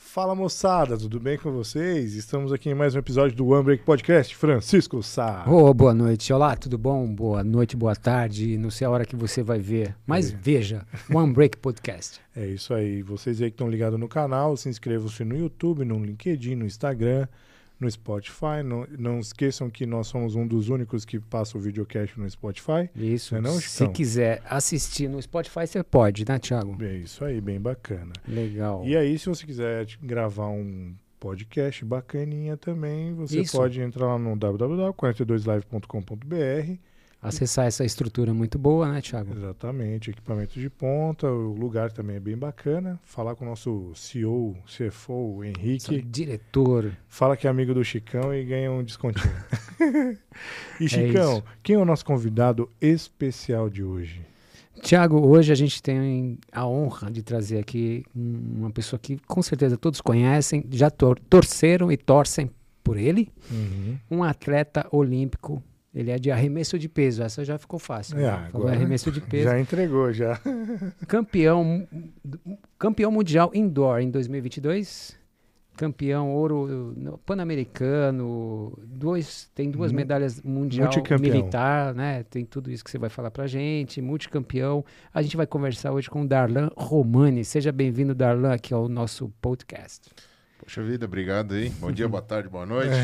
Fala moçada, tudo bem com vocês? Estamos aqui em mais um episódio do One Break Podcast. Francisco Sá. Boa noite. Olá, tudo bom? Boa noite, boa tarde. Não sei a hora que você vai ver, mas veja, One Break Podcast. É isso aí. Vocês aí que estão ligados no canal, se inscrevam-se no YouTube, no LinkedIn, no Instagram, no Spotify. Não esqueçam que nós somos um dos únicos que passa o videocast no Spotify. Isso. Não, se quiser assistir no Spotify, você pode, né, Thiago? É isso aí, bem bacana. Legal. E aí, se você quiser gravar um podcast bacaninha também, você pode entrar lá no www.42live.com.br. Acessar essa estrutura muito boa, né, Thiago? Exatamente, equipamento de ponta, o lugar também é bem bacana. Falar com o nosso CEO, CFO, Henrique. Diretor. Fala que é amigo do Chicão e ganha um descontinho. E Chicão, quem é o nosso convidado especial de hoje? Thiago, hoje a gente tem a honra de trazer aqui uma pessoa que com certeza todos conhecem, já torceram e torcem por ele. Um atleta olímpico. Ele é de arremesso de peso, essa já ficou fácil. Agora arremesso de peso. Já entregou, já. Campeão mundial indoor em 2022. Campeão ouro pan-americano. Tem duas medalhas mundial militar, né? Tem tudo isso que você vai falar pra gente. Multicampeão. A gente vai conversar hoje com o Darlan Romani. Seja bem-vindo, Darlan, aqui ao nosso podcast. Poxa vida, obrigado aí. Bom dia, boa tarde, boa noite.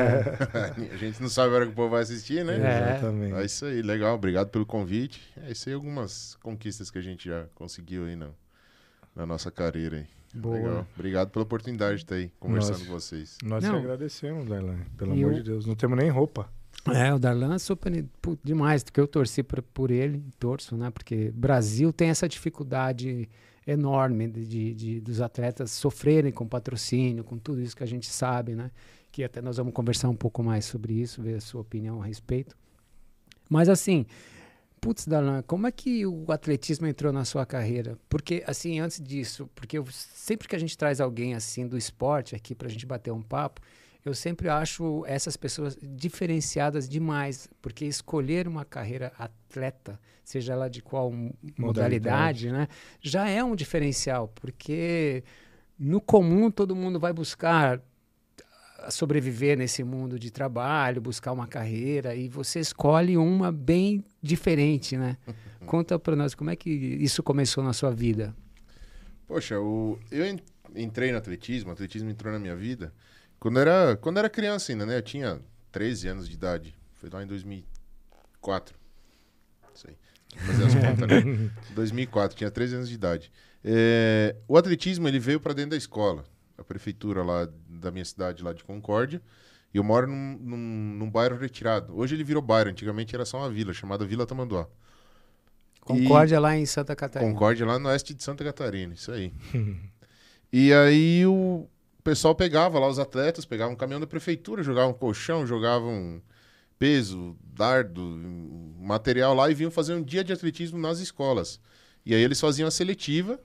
A gente não sabe a hora que o povo vai assistir, né? Exatamente. É isso aí, legal. Obrigado pelo convite. É isso aí, algumas conquistas que a gente já conseguiu aí na nossa carreira aí. Boa. Legal. Obrigado pela oportunidade de estar aí conversando com vocês. Nós te agradecemos, Darlan. Pelo amor de Deus. Não temos nem roupa. O Darlan é super demais, porque eu torci por ele, torço, né? Porque Brasil tem essa dificuldade enorme dos atletas sofrerem com patrocínio, com tudo isso que a gente sabe, né? Que até nós vamos conversar um pouco mais sobre isso, ver a sua opinião a respeito. Mas assim, Darlan, como é que o atletismo entrou na sua carreira? Porque, assim, antes disso, porque sempre que a gente traz alguém assim do esporte aqui pra gente bater um papo, eu sempre acho essas pessoas diferenciadas demais, porque escolher uma carreira atleta, seja ela de qual modalidade, né, já é um diferencial, porque no comum todo mundo vai buscar sobreviver nesse mundo de trabalho, buscar uma carreira, e você escolhe uma bem diferente, né? Conta para nós, como é que isso começou na sua vida? Poxa, eu entrei no atletismo, o atletismo entrou na minha vida quando era criança ainda, né? Eu tinha 13 anos de idade. Foi lá em 2004. Isso aí. Vou fazer as contas, né? 2004, tinha 13 anos de idade. O atletismo, ele veio para dentro da escola. A prefeitura lá da minha cidade, lá de Concórdia. E eu moro num bairro retirado. Hoje ele virou bairro. Antigamente era só uma vila, chamada Vila Tamanduá. Concórdia lá em Santa Catarina. Concórdia lá no oeste de Santa Catarina, isso aí. E aí o pessoal pegava lá os atletas, pegavam um caminhão da prefeitura, jogavam colchão, jogavam peso, dardo, material lá e vinham fazer um dia de atletismo nas escolas. E aí eles faziam a seletiva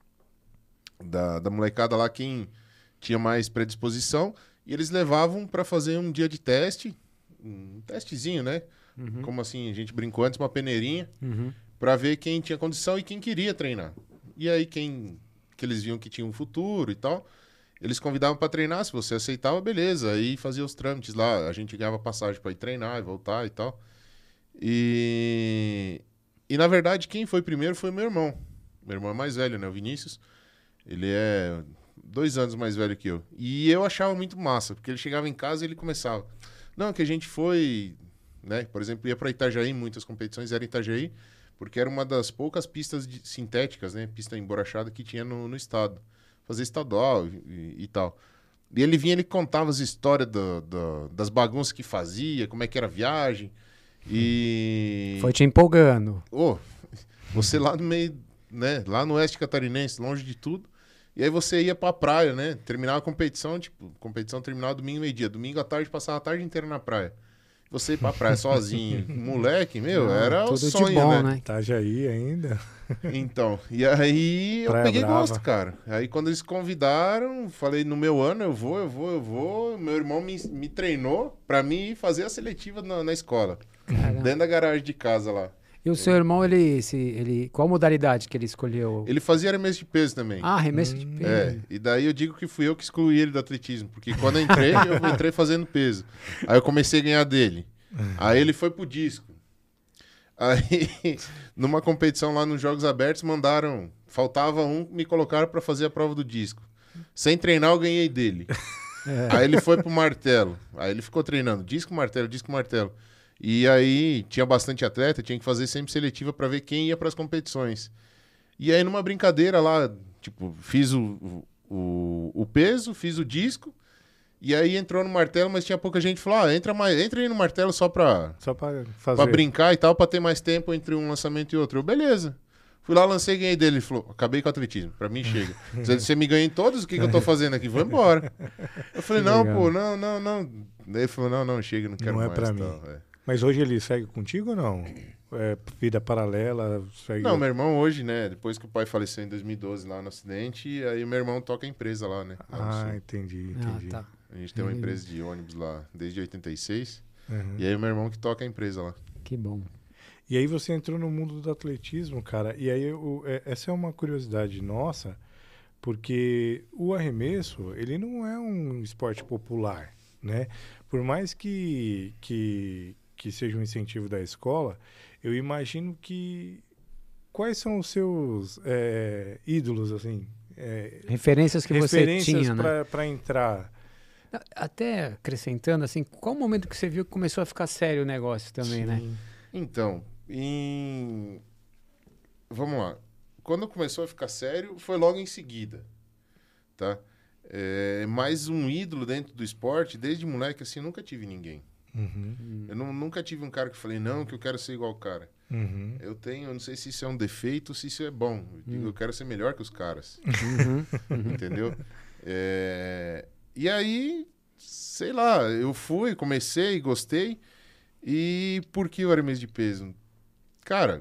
da molecada lá, quem tinha mais predisposição, e eles levavam para fazer um dia de teste, um testezinho, né? Como assim, a gente brincou antes, uma peneirinha, para ver quem tinha condição e quem queria treinar. E aí que eles viam que tinha um futuro e tal, eles convidavam para treinar, se você aceitava, beleza, aí fazia os trâmites lá, a gente ganhava passagem para ir treinar e voltar e tal. E na verdade, quem foi primeiro foi meu irmão. Meu irmão é mais velho, né, o Vinícius. Ele é 2 anos mais velho que eu. E eu achava muito massa, porque ele chegava em casa e ele começava. Não, que a gente foi, né? Por exemplo, ia para Itajaí, muitas competições eram em Itajaí, porque era uma das poucas pistas sintéticas, né? Pista emborrachada que tinha no estado. Fazer estadual e tal. E ele vinha, ele contava as histórias das bagunças que fazia, como é que era a viagem. E... Foi te empolgando. Você lá no meio, né? Lá no oeste catarinense, longe de tudo. E aí você ia pra praia, né? Terminava a competição, competição terminava domingo meio-dia. Domingo à tarde, passava a tarde inteira na praia. Você ir pra praia sozinho, moleque, era o sonho, de bom, né? Itajaí ainda. Então, e aí eu peguei gosto, cara. Aí quando eles convidaram, falei, no meu ano eu vou. Meu irmão me treinou pra mim fazer a seletiva na escola. Caramba. Dentro da garagem de casa lá. E o seu irmão, qual modalidade que ele escolheu? Ele fazia arremesso de peso também. Ah, arremesso de peso. E daí eu digo que fui eu que excluí ele do atletismo, porque quando eu entrei fazendo peso. Aí eu comecei a ganhar dele. Aí ele foi pro disco. Aí, numa competição lá nos Jogos Abertos, faltava um, me colocaram pra fazer a prova do disco. Sem treinar, eu ganhei dele. Aí ele foi pro martelo. Aí ele ficou treinando disco, martelo, disco, martelo. E aí tinha bastante atleta, tinha que fazer sempre seletiva pra ver quem ia pras competições. E aí numa brincadeira lá, tipo, fiz o peso, fiz o disco, e aí entrou no martelo, mas tinha pouca gente, falou, entra aí no martelo só pra fazer. Pra brincar e tal, pra ter mais tempo entre um lançamento e outro. Eu, beleza. Fui lá, lancei e ganhei dele. Ele falou, acabei com o atletismo, pra mim chega. Você me ganha em todos, o que eu tô fazendo aqui? Vou embora. Eu falei, não, pô, não. Daí ele falou, não, chega, não quero mais. Não é pra mim. Mas hoje ele segue contigo ou não? É vida paralela? Segue... Não, meu irmão hoje, né? Depois que o pai faleceu em 2012 lá no acidente, aí meu irmão toca a empresa lá, né? Lá entendi. Tá. A gente tem uma empresa de ônibus lá desde 86. E aí o meu irmão que toca a empresa lá. Que bom. E aí você entrou no mundo do atletismo, cara. E aí essa é uma curiosidade nossa, porque o arremesso, ele não é um esporte popular, né? Por mais que seja um incentivo da escola, eu imagino que... Quais são os seus ídolos, assim? Referências que você tinha, né? Para entrar. Até acrescentando, assim, qual o momento que você viu que começou a ficar sério o negócio também, né? Então, vamos lá. Quando começou a ficar sério, foi logo em seguida, tá? Mais um ídolo dentro do esporte, desde moleque, assim, nunca tive ninguém. Eu nunca tive um cara que falei, não, que eu quero ser igual o cara. Eu não sei se isso é um defeito ou se isso é bom. Eu digo, eu quero ser melhor que os caras. Entendeu? E aí, sei lá, eu comecei, gostei. E por que o arremesso de peso? Cara,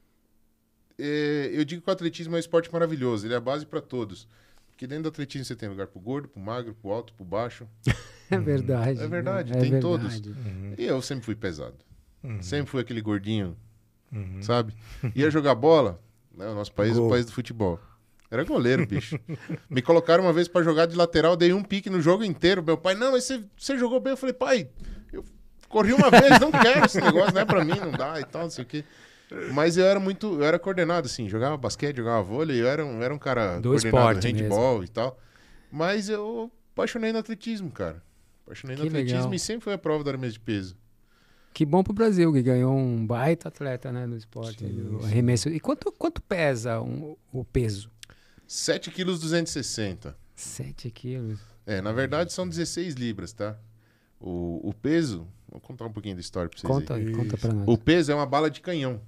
eu digo que o atletismo é um esporte maravilhoso, ele é a base para todos. Porque dentro do atletismo você tem lugar pro gordo, pro magro, pro alto, pro baixo. É verdade. É verdade, né? tem verdade. todos. E eu sempre fui pesado. Sempre fui aquele gordinho, sabe? Ia jogar bola, né? O nosso país é o país do futebol. Era goleiro, bicho. Me colocaram uma vez pra jogar de lateral, dei um pique no jogo inteiro. Meu pai, não, mas você jogou bem. Eu falei, pai, eu corri uma vez, não quero esse negócio, não é pra mim, não dá e tal, não sei o quê. Mas eu era coordenado, assim, jogava basquete, jogava vôlei, eu era um cara do coordenado, esporte handball mesmo. E tal. Mas eu apaixonei no atletismo, cara. Apaixonei no atletismo legal. E sempre foi a prova do arremesso de peso. Que bom pro Brasil, que ganhou um baita atleta, né, no esporte, do arremesso. E quanto pesa o peso? 7 quilos 260. 7 quilos. Na verdade são 16 libras, tá? O peso... Vou contar um pouquinho da história pra vocês Conta pra nós. O peso é uma bala de canhão.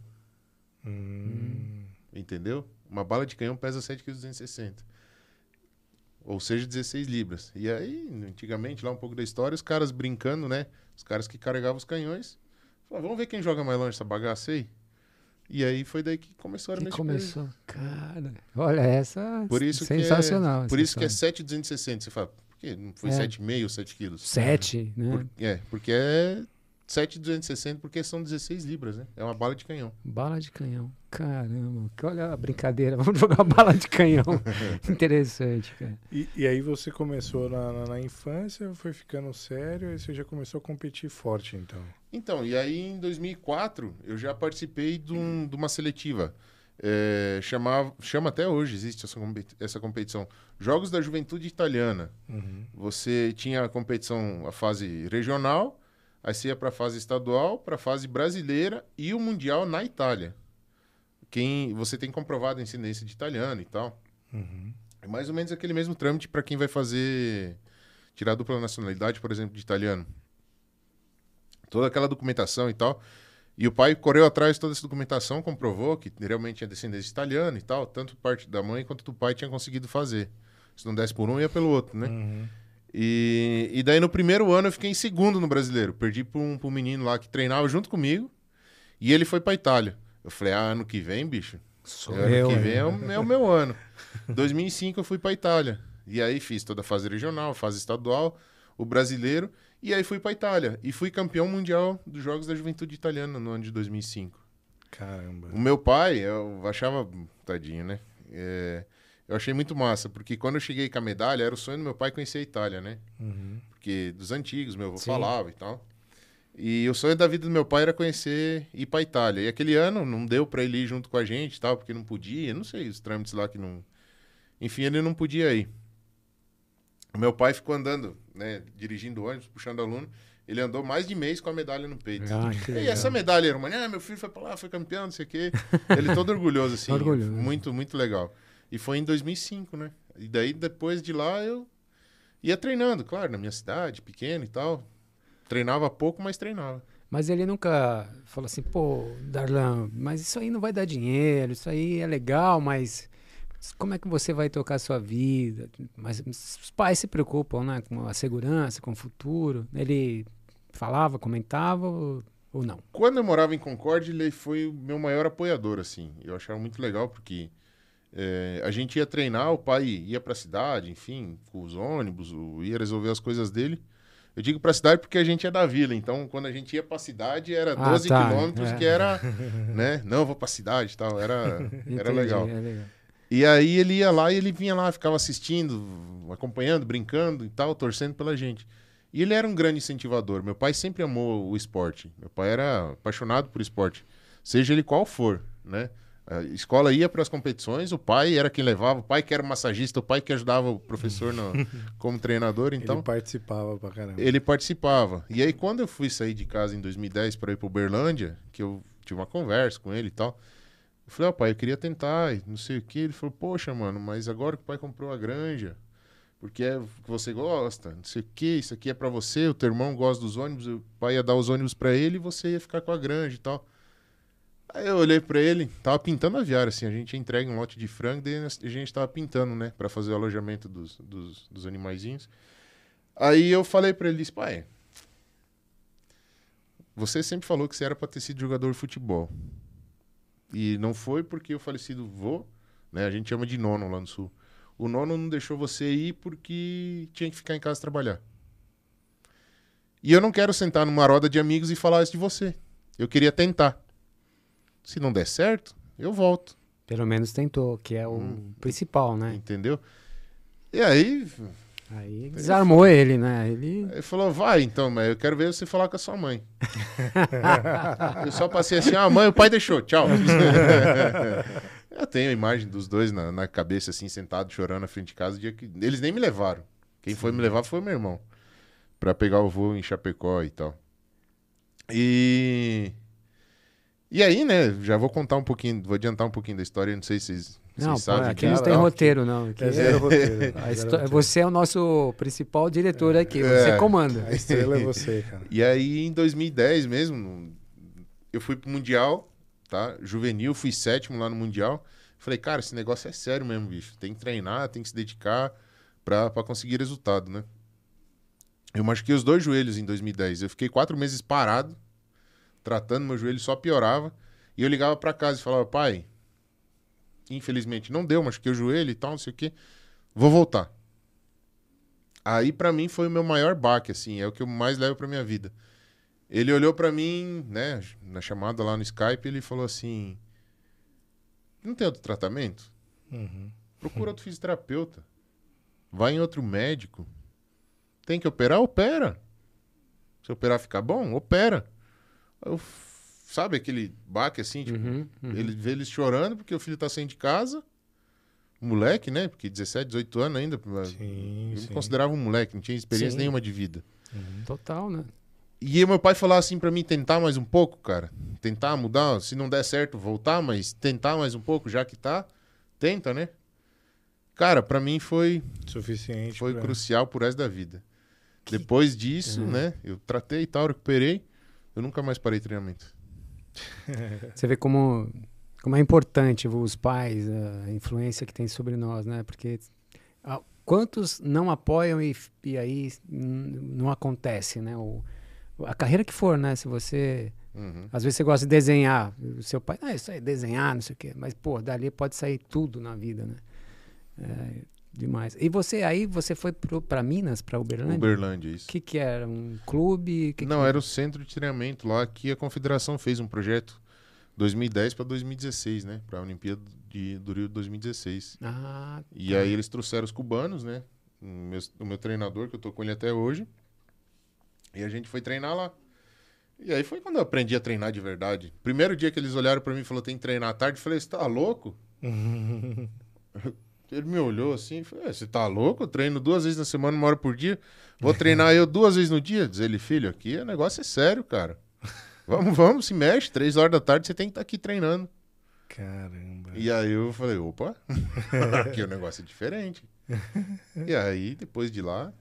Entendeu? Uma bala de canhão pesa 7,260 kg. Ou seja, 16 libras. E aí, antigamente, lá um pouco da história, os caras brincando, né? Os caras que carregavam os canhões. Falaram, vamos ver quem joga mais longe essa bagaça aí? E aí foi daí que começou a arremesso de peso. Cara, olha, essa por isso sensacional. Por isso que é 7,260. Você fala, por quê? Não foi 7,5 ou 7 quilos? 7, né? Porque é 7,260 porque são 16 libras, né? É uma bala de canhão. Bala de canhão. Caramba, olha a brincadeira. Vamos jogar bala de canhão. Interessante, cara. E aí você começou na infância, foi ficando sério, e você já começou a competir forte, então? Então, e aí em 2004 eu já participei de uma seletiva. Chama até hoje, existe essa competição. Jogos da Juventude Italiana. Você tinha a competição, a fase regional, aí você ia para a fase estadual, para a fase brasileira e o Mundial na Itália. Você tem comprovado a incidência de italiano e tal. É mais ou menos aquele mesmo trâmite para quem vai tirar a dupla nacionalidade, por exemplo, de italiano. Toda aquela documentação e tal. E o pai correu atrás de toda essa documentação, comprovou que realmente tinha descendência italiana e tal. Tanto parte da mãe quanto do pai tinha conseguido fazer. Se não desse por um, ia pelo outro, né? E daí no primeiro ano eu fiquei em segundo no brasileiro. Perdi para um menino lá que treinava junto comigo. E ele foi para Itália. Eu falei, ano que vem, bicho? Ano que vem é o meu ano. 2005 eu fui para Itália. E aí fiz toda a fase regional, fase estadual, o brasileiro. E aí fui para Itália. E fui campeão mundial dos Jogos da Juventude Italiana no ano de 2005. Caramba. O meu pai, eu achava... Tadinho, né? Eu achei muito massa, porque quando eu cheguei com a medalha, era o sonho do meu pai conhecer a Itália, né? Uhum. Porque dos antigos, meu avô Sim. falava e tal. E o sonho da vida do meu pai era conhecer, ir pra Itália. E aquele ano não deu pra ele ir junto com a gente e tal, porque não podia, não sei, os trâmites lá que não... Enfim, ele não podia ir. O meu pai ficou andando, né, dirigindo ônibus, puxando aluno. Ele andou mais de mês com a medalha no peito. Ah, que E legal. essa medalha, irmão, meu filho foi pra lá, foi campeão, não sei o quê. Ele todo orgulhoso, assim. Orgulhoso. Muito, muito legal. E foi em 2005, né? E daí, depois de lá, eu ia treinando, claro, na minha cidade, pequeno e tal. Treinava pouco, mas treinava. Mas ele nunca falou assim, pô, Darlan, mas isso aí não vai dar dinheiro, isso aí é legal, mas como é que você vai tocar a sua vida? Mas os pais se preocupam, né, com a segurança, com o futuro. Ele falava, comentava ou não? Quando eu morava em Concórdia, ele foi o meu maior apoiador, assim. Eu achava muito legal, porque a gente ia treinar, o pai ia pra cidade, enfim, com os ônibus, ia resolver as coisas dele. Eu digo pra cidade porque a gente é da vila, então quando a gente ia pra cidade era 12 quilômetros, que era, né? Não, eu vou pra cidade e tal, era legal. É legal. E aí ele ia lá e ele vinha lá, ficava assistindo, acompanhando, brincando e tal, torcendo pela gente. E ele era um grande incentivador. Meu pai sempre amou o esporte. Meu pai era apaixonado por esporte, seja ele qual for, né? A escola ia para as competições, o pai era quem levava, o pai que era massagista, o pai que ajudava o professor como treinador, então... Ele participava pra caramba. Ele participava. E aí, quando eu fui sair de casa em 2010 para ir para Uberlândia, que eu tive uma conversa com ele e tal, eu falei, pai, eu queria tentar, não sei o que. Ele falou, poxa, mano, mas agora que o pai comprou a granja, porque é o que você gosta, não sei o que, isso aqui é para você, o teu irmão gosta dos ônibus, o pai ia dar os ônibus para ele e você ia ficar com a granja e tal. Aí eu olhei pra ele, tava pintando a aviária, assim, a gente entrega um lote de frango, daí a gente tava pintando, né, pra fazer o alojamento dos animaizinhos. Aí eu falei pra ele, disse, pai, você sempre falou que você era pra ter sido jogador de futebol. E não foi porque o falecido vô, né, a gente chama de nono lá no sul, o nono não deixou você ir porque tinha que ficar em casa trabalhar. E eu não quero sentar numa roda de amigos e falar isso de você. Eu queria tentar. Se não der certo, eu volto. Pelo menos tentou, que é o principal, né? Entendeu? E aí... Aí desarmou ele, né? Ele falou, vai então, mas eu quero ver você falar com a sua mãe. Eu só passei assim, mãe, o pai deixou, tchau. Eu tenho a imagem dos dois na cabeça, assim, sentado, chorando na frente de casa. O dia que... Eles nem me levaram. Quem foi me levar foi meu irmão. Pra pegar o voo em Chapecó e tal. E aí, né, já vou contar um pouquinho, vou adiantar um pouquinho da história, não sei se vocês sabem. Aqui não tem roteiro, não. Aqui zero roteiro. Você é o nosso principal diretor aqui, você comanda. A estrela é você, cara. E aí, em 2010 mesmo, eu fui pro Mundial, tá? Juvenil, fui 7º lá no Mundial. Falei, cara, esse negócio é sério mesmo, bicho. Tem que treinar, tem que se dedicar pra conseguir resultado, né? Eu machuquei os 2 joelhos em 2010. Eu fiquei 4 meses parado, tratando, meu joelho só piorava. E eu ligava pra casa e falava, pai, infelizmente não deu, machuquei o joelho e tal, não sei o quê. Vou voltar. Aí pra mim foi o meu maior baque, assim, é o que eu mais levo pra minha vida. Ele olhou pra mim, né, na chamada lá no Skype, ele falou assim, não tem outro tratamento? Procura outro fisioterapeuta. Vai em outro médico. Tem que operar? Opera. Se operar ficar bom, opera. Sabe aquele baque assim, tipo, ele vê eles chorando porque o filho tá saindo de casa, moleque, né? Porque 17, 18 anos ainda, eu me considerava um moleque, não tinha experiência nenhuma de vida. Total, né? E meu pai falava assim pra mim, tentar mais um pouco, cara, tentar mudar, se não der certo, voltar, mas tentar mais um pouco, já que tá, tenta, né? Cara, pra mim foi suficiente, foi crucial pro resto da vida. Depois disso, né, eu tratei e tal, recuperei, eu nunca mais parei treinamento. Você vê como é importante os pais, a influência que tem sobre nós, né? Porque quantos não apoiam e aí não acontece, né? A carreira que for, né? Se você... Às vezes você gosta de desenhar, o seu pai, isso aí, desenhar, não sei o quê. Mas, pô, dali pode sair tudo na vida, né? Demais. E você foi para Minas, para Uberlândia? Uberlândia, isso. O que era? Um clube? Não, era o centro de treinamento lá que a confederação fez um projeto 2010 para 2016, né? Para a Olimpíada do Rio de 2016. Ah, E aí eles trouxeram os cubanos, né? O meu treinador, que eu tô com ele até hoje. E a gente foi treinar lá. E aí foi quando eu aprendi a treinar de verdade. Primeiro dia que eles olharam pra mim e falaram, tem que treinar à tarde, eu falei, você tá louco? Ele me olhou assim e falou, você tá louco? Eu treino 2 vezes na semana, 1 hora por dia. Vou treinar eu 2 vezes no dia? Diz ele, filho, aqui o negócio é sério, cara. Vamos, se mexe. 3 horas da tarde você tem que estar aqui treinando. Caramba. E aí eu falei, opa, aqui o negócio é diferente. E aí, depois de lá...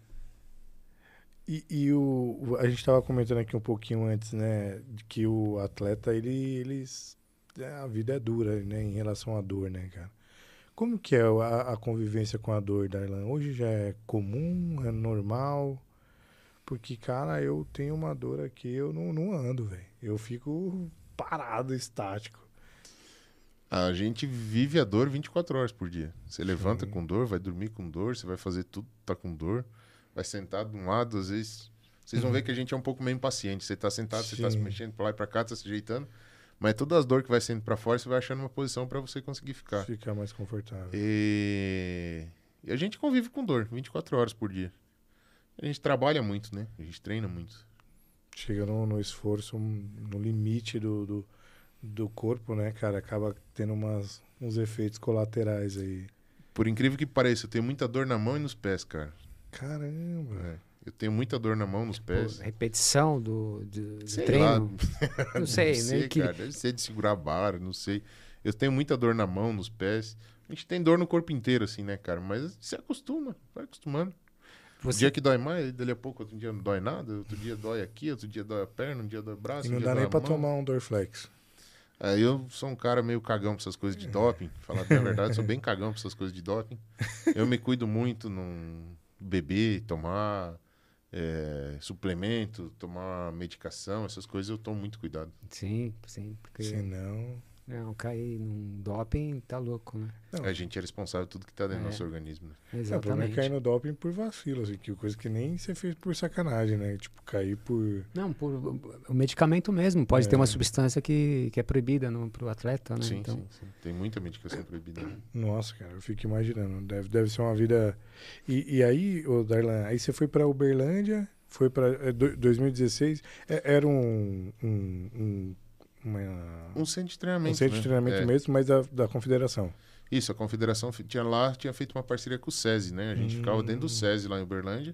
A gente estava comentando aqui um pouquinho antes, né, de que o atleta, a vida é dura, né, em relação à dor, né, cara? Como que é a convivência com a dor, Darlan? Hoje já é comum, é normal? Porque, cara, eu tenho uma dor aqui, eu não ando, velho. Eu fico parado, estático. A gente vive a dor 24 horas por dia. Você levanta com dor, vai dormir com dor, você vai fazer tudo, tá com dor. Vai sentado de um lado, às vezes... Vocês vão ver que a gente é um pouco meio impaciente. Você tá sentado, você tá se mexendo pra lá e pra cá, tá se ajeitando. Mas todas as dores que vai saindo pra fora, você vai achando uma posição pra você conseguir ficar. Ficar mais confortável. E a gente convive com dor 24 horas por dia. A gente trabalha muito, né? A gente treina muito. Chega no esforço, no limite do corpo, né, cara? Acaba tendo uns efeitos colaterais aí. Por incrível que pareça, eu tenho muita dor na mão e nos pés, cara. Caramba. É. Eu tenho muita dor na mão, nos pés. Repetição do Sei treino? Lá. Não sei, não sei, né? Cara, deve ser de segurar a barra, não sei. Eu tenho muita dor na mão, nos pés. A gente tem dor no corpo inteiro, assim, né, cara? Mas você acostuma, vai acostumando. Um dia que dói mais, dali a pouco, outro dia não dói nada, outro dia dói aqui, outro dia dói a perna, um dia dói o braço. E não dá nem pra tomar um Dorflex. Eu sou um cara meio cagão pra essas coisas de doping. Falar bem a verdade, eu sou bem cagão pra essas coisas de doping. Eu me cuido muito no beber, tomar suplemento, tomar medicação, essas coisas eu tomo muito cuidado. Sim, porque... Senão... Não, cair num doping tá louco, né? Não. A gente é responsável por tudo que tá dentro do nosso organismo. Né? O problema é cair no doping por vacilo, assim, que coisa que nem você fez por sacanagem, né? Tipo, cair por... Não, por o medicamento mesmo. Pode ter uma substância que é proibida pro atleta, né? Sim, então... sim. Tem muita medicação proibida. Né? Nossa, cara, eu fico imaginando. Deve ser uma vida... E aí, Darlan, aí você foi pra Uberlândia, foi pra 2016, era um centro de treinamento. Um centro de treinamento mesmo, mas da confederação. Isso, a confederação tinha feito uma parceria com o SESI, né? A gente ficava dentro do SESI lá em Uberlândia.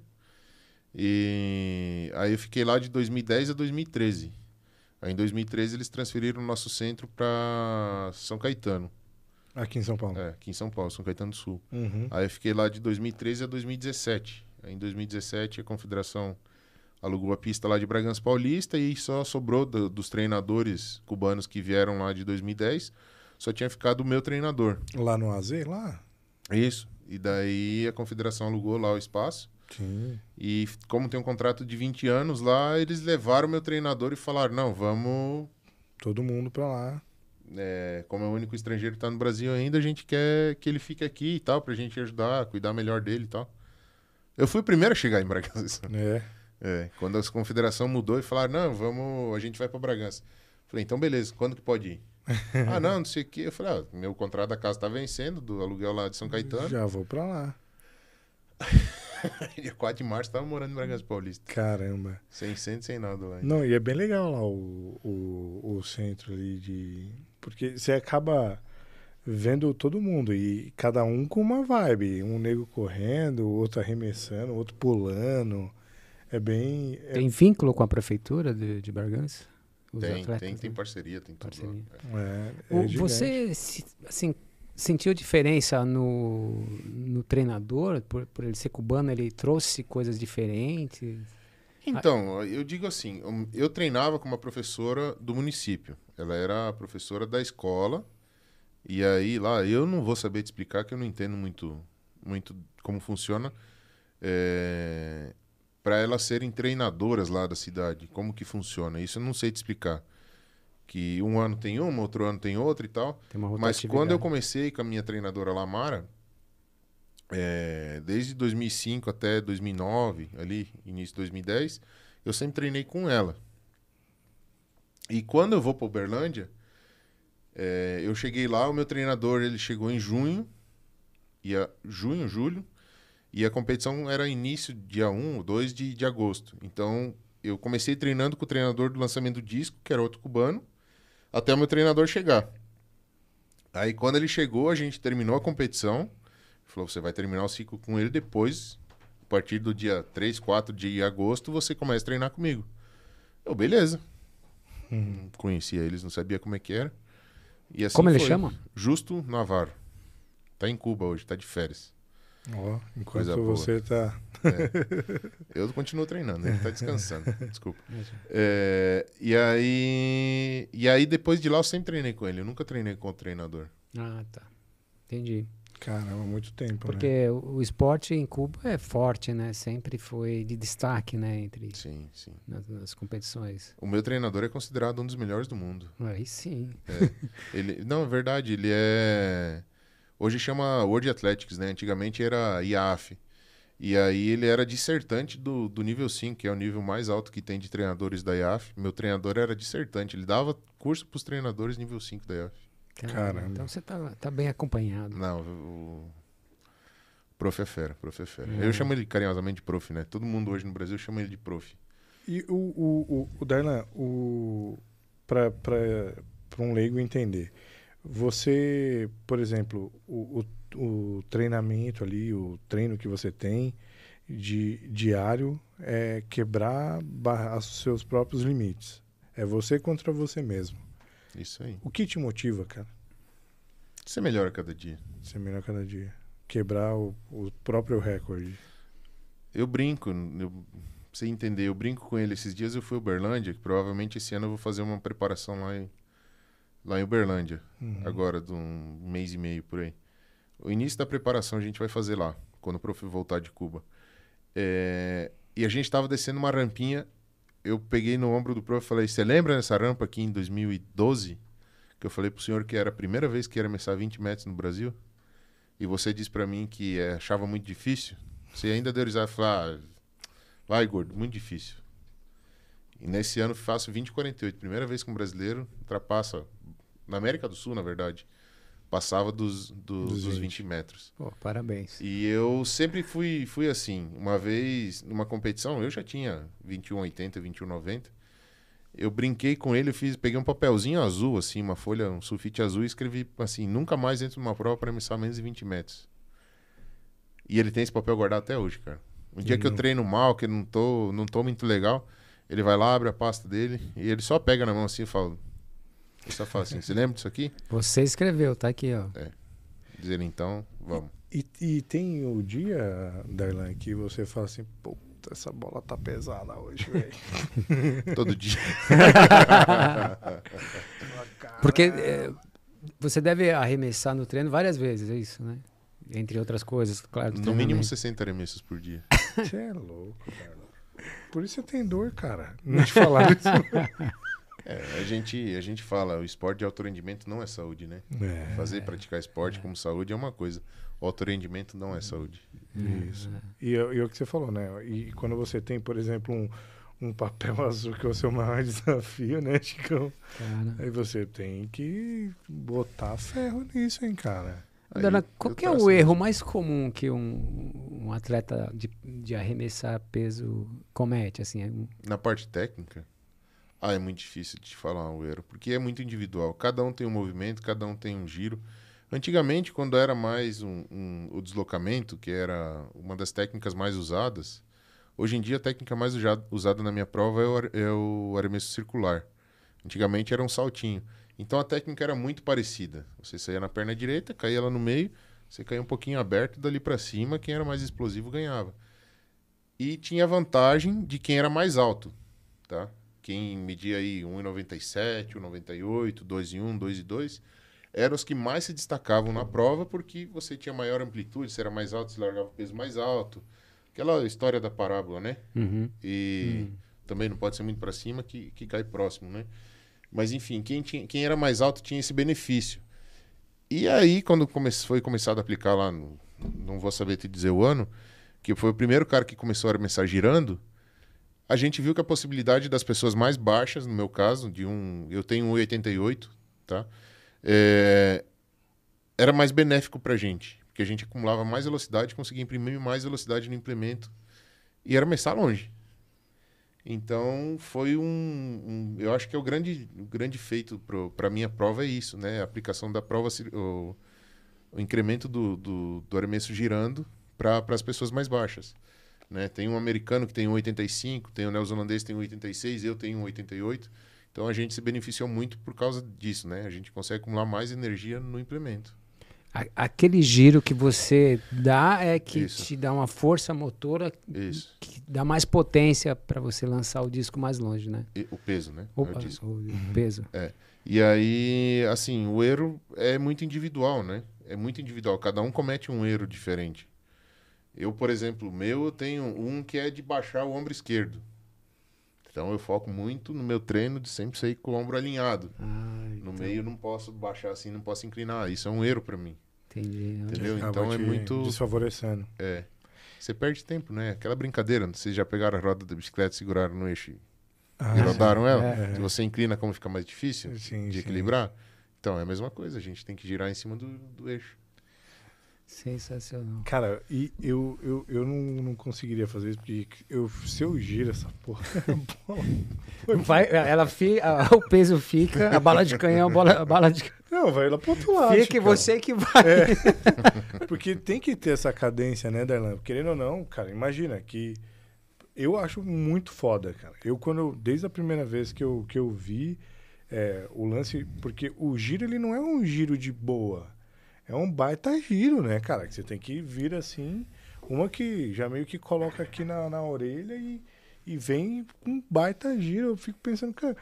E aí eu fiquei lá de 2010 a 2013. Aí em 2013 eles transferiram o nosso centro para São Caetano. Aqui em São Paulo? Aqui em São Paulo, São Caetano do Sul. Uhum. Aí eu fiquei lá de 2013 a 2017. Aí em 2017 a confederação alugou a pista lá de Bragança Paulista e só sobrou dos treinadores cubanos que vieram lá de 2010, só tinha ficado o meu treinador. Lá no AZ, lá? Isso. E daí a confederação alugou lá o espaço. Sim. E como tem um contrato de 20 anos lá, eles levaram o meu treinador e falaram, não, vamos... Todo mundo pra lá. Como é o único estrangeiro que tá no Brasil ainda, a gente quer que ele fique aqui e tal, pra gente ajudar, cuidar melhor dele e tal. Eu fui o primeiro a chegar em Bragança. Quando a confederação mudou e falaram, não, a gente vai pra Bragança. Falei, então beleza, quando que pode ir? Não sei o quê. Eu falei, meu contrato da casa tá vencendo, do aluguel lá de São Caetano. Já vou pra lá. Dia 4 de março tava morando em Bragança Paulista. Caramba. Sem centro, sem nada lá. Não, e é bem legal lá o centro ali de... Porque você acaba vendo todo mundo e cada um com uma vibe. Um nego correndo, o outro arremessando, o outro pulando. É bem... Tem vínculo com a prefeitura de Bragança? Tem parceria, tem tudo. Você, assim, sentiu diferença no treinador? Por ele ser cubano, ele trouxe coisas diferentes? Então, eu digo assim, eu treinava com uma professora do município. Ela era a professora da escola. E aí, lá, eu não vou saber te explicar, que eu não entendo muito como funciona. Para elas serem treinadoras lá da cidade, como que funciona. Isso eu não sei te explicar. Que um ano tem uma, outro ano tem outra e tal. Mas quando eu comecei com a minha treinadora Lamara, desde 2005 até 2009, ali, início de 2010, eu sempre treinei com ela. E quando eu vou para Uberlândia, Eu cheguei lá, o meu treinador ele chegou em julho, julho, e a competição era início dia 1 ou 2 de agosto. Então, eu comecei treinando com o treinador do lançamento do disco, que era outro cubano, até o meu treinador chegar. Aí, quando ele chegou, a gente terminou a competição. Ele falou, você vai terminar o ciclo com ele depois, a partir do dia 3, 4 de agosto, você começa a treinar comigo. Eu, beleza. Não conhecia eles, não sabia como é que era. E assim Como ele foi. chama? Justo Navarro. Tá em Cuba hoje, tá de férias. Ó, enquanto Coisa boa. você tá... Eu continuo treinando, ele tá descansando. Desculpa. E aí, depois de lá, eu sempre treinei com ele. Eu nunca treinei com o treinador. Ah, tá. Entendi. Caramba, muito tempo, né? Porque o esporte em Cuba é forte, né? Sempre foi de destaque, né? Entre Sim, sim. nas competições. O meu treinador é considerado um dos melhores do mundo. Aí sim. Não, é verdade. Ele é... Hoje chama World Athletics, né? Antigamente era IAF. E aí ele era dissertante do nível 5, que é o nível mais alto que tem de treinadores da IAF. Meu treinador era dissertante. Ele dava curso para os treinadores nível 5 da IAF. Caramba. Então você tá bem acompanhado. Não, o prof é fera, prof é fera. Eu chamo ele carinhosamente de prof, né? Todo mundo hoje no Brasil chama ele de prof. E o Darlan, para um leigo entender, você, por exemplo, o treinamento ali, o treino que você tem diário é quebrar os seus próprios limites. É você contra você mesmo. Isso aí. O que te motiva, cara? Você melhora cada dia. Ser melhor cada dia. Quebrar o próprio recorde. Eu brinco, pra você entender, eu brinco com ele. Esses dias eu fui a Uberlândia, que provavelmente esse ano eu vou fazer uma preparação lá em Uberlândia. Agora, de um mês e meio por aí. O início da preparação a gente vai fazer lá, quando o prof voltar de Cuba. E a gente estava descendo uma rampinha, eu peguei no ombro do prof e falei, você lembra dessa rampa aqui em 2012? Que eu falei pro senhor que era a primeira vez que ia arremessar 20 metros no Brasil? E você disse para mim que achava muito difícil? Você ainda deu risada e falou, vai gordo, muito difícil. E nesse ano faço 20,48, primeira vez que um brasileiro ultrapassa, na América do Sul, na verdade, passava dos 20 metros. Pô, parabéns. E eu sempre fui assim. Uma vez, numa competição, eu já tinha 21,80, 21,90. Eu brinquei com ele, peguei um papelzinho azul, assim, uma folha, um sulfite azul, e escrevi assim, nunca mais entro numa prova para arremessar menos de 20 metros. E ele tem esse papel guardado até hoje, cara. Um dia que eu treino mal, que eu não tô muito legal, ele vai lá, abre a pasta dele, e ele só pega na mão assim e fala... Ele só fala assim, você lembra disso aqui? Você escreveu, tá aqui, ó. Diz ele, então, vamos. E tem o dia, Darlan, que você fala assim, puta, essa bola tá pesada hoje, velho. Todo dia. Porque você deve arremessar no treino várias vezes, é isso, né? Entre outras coisas, claro. No mínimo 60 arremessos por dia. Você é louco, Darlan. Por isso você tem dor, cara. Não te falar isso. A gente fala, o esporte de alto rendimento não é saúde, né? Praticar esporte como saúde é uma coisa. O alto rendimento não é saúde. Isso. E o que você falou, né? E quando você tem, por exemplo, um papel azul que é o seu maior desafio, né, Chicão? Cara. Aí você tem que botar ferro nisso, hein, cara? Dana, qual que é o erro mais comum que um atleta de arremessar peso comete? Assim, Na parte técnica, é muito difícil de te falar o erro, porque é muito individual. Cada um tem um movimento, cada um tem um giro. Antigamente, quando era mais o deslocamento, que era uma das técnicas mais usadas, hoje em dia a técnica mais usada na minha prova é o arremesso circular. Antigamente era um saltinho. Então a técnica era muito parecida. Você saía na perna direita, caía lá no meio, você caía um pouquinho aberto, dali para cima, quem era mais explosivo ganhava. E tinha a vantagem de quem era mais alto, tá? Quem media aí 1,97, 1,98, 2,1, 2,2, eram os que mais se destacavam na prova porque você tinha maior amplitude, você era mais alto, você largava o peso mais alto. Aquela história da parábola, né? Também não pode ser muito para cima que cai próximo, né? Mas enfim, quem era mais alto tinha esse benefício. E aí, quando foi começado a aplicar lá, não vou saber te dizer o ano, que foi o primeiro cara que começou a arremessar girando, a gente viu que a possibilidade das pessoas mais baixas, no meu caso, eu tenho 1,88, tá? era mais benéfico pra gente, porque a gente acumulava mais velocidade, conseguia imprimir mais velocidade no implemento e arremessar longe. Então, foi eu acho que é o grande feito para a minha prova é isso, né? A aplicação da prova, o incremento do arremesso girando para as pessoas mais baixas. Né? Tem um americano que tem 1,85, tem um neozelandês que tem 1,86, eu tenho 1,88. Então, a gente se beneficiou muito por causa disso, né? A gente consegue acumular mais energia no implemento. Aquele giro que você dá é que Isso. te dá uma força motora Isso. que dá mais potência para você lançar o disco mais longe, né? O peso, né? O É o disco. peso. E aí, assim, o erro é muito individual, né? É muito individual. Cada um comete um erro diferente. Eu, por exemplo, eu tenho um que é de baixar o ombro esquerdo. Então, eu foco muito no meu treino de sempre sair com o ombro alinhado. No meio, não posso baixar assim, não posso inclinar. Isso é um erro para mim. Entendi. Entendeu? Acaba Então, é te muito... desfavorecendo. Você perde tempo, né? Aquela brincadeira. Vocês já pegaram a roda da bicicleta, seguraram no eixo e rodaram ela? Se você inclina, como fica mais difícil de equilibrar? Então, é a mesma coisa. A gente tem que girar em cima do eixo. Sensacional. Cara, e eu não conseguiria fazer isso, porque se eu giro essa porra... O peso fica, a bala de canhão, a bala de... Não, vai lá pro outro lado. Fica e você que vai. Porque tem que ter essa cadência, né, Darlan? Querendo ou não, cara, imagina que eu acho muito foda, cara. Desde a primeira vez que eu vi o lance, porque o giro, ele não é um giro de boa. É um baita giro, né, cara? Que você tem que vir assim, uma que já meio que coloca aqui na orelha e vem um baita giro. Eu fico pensando, cara,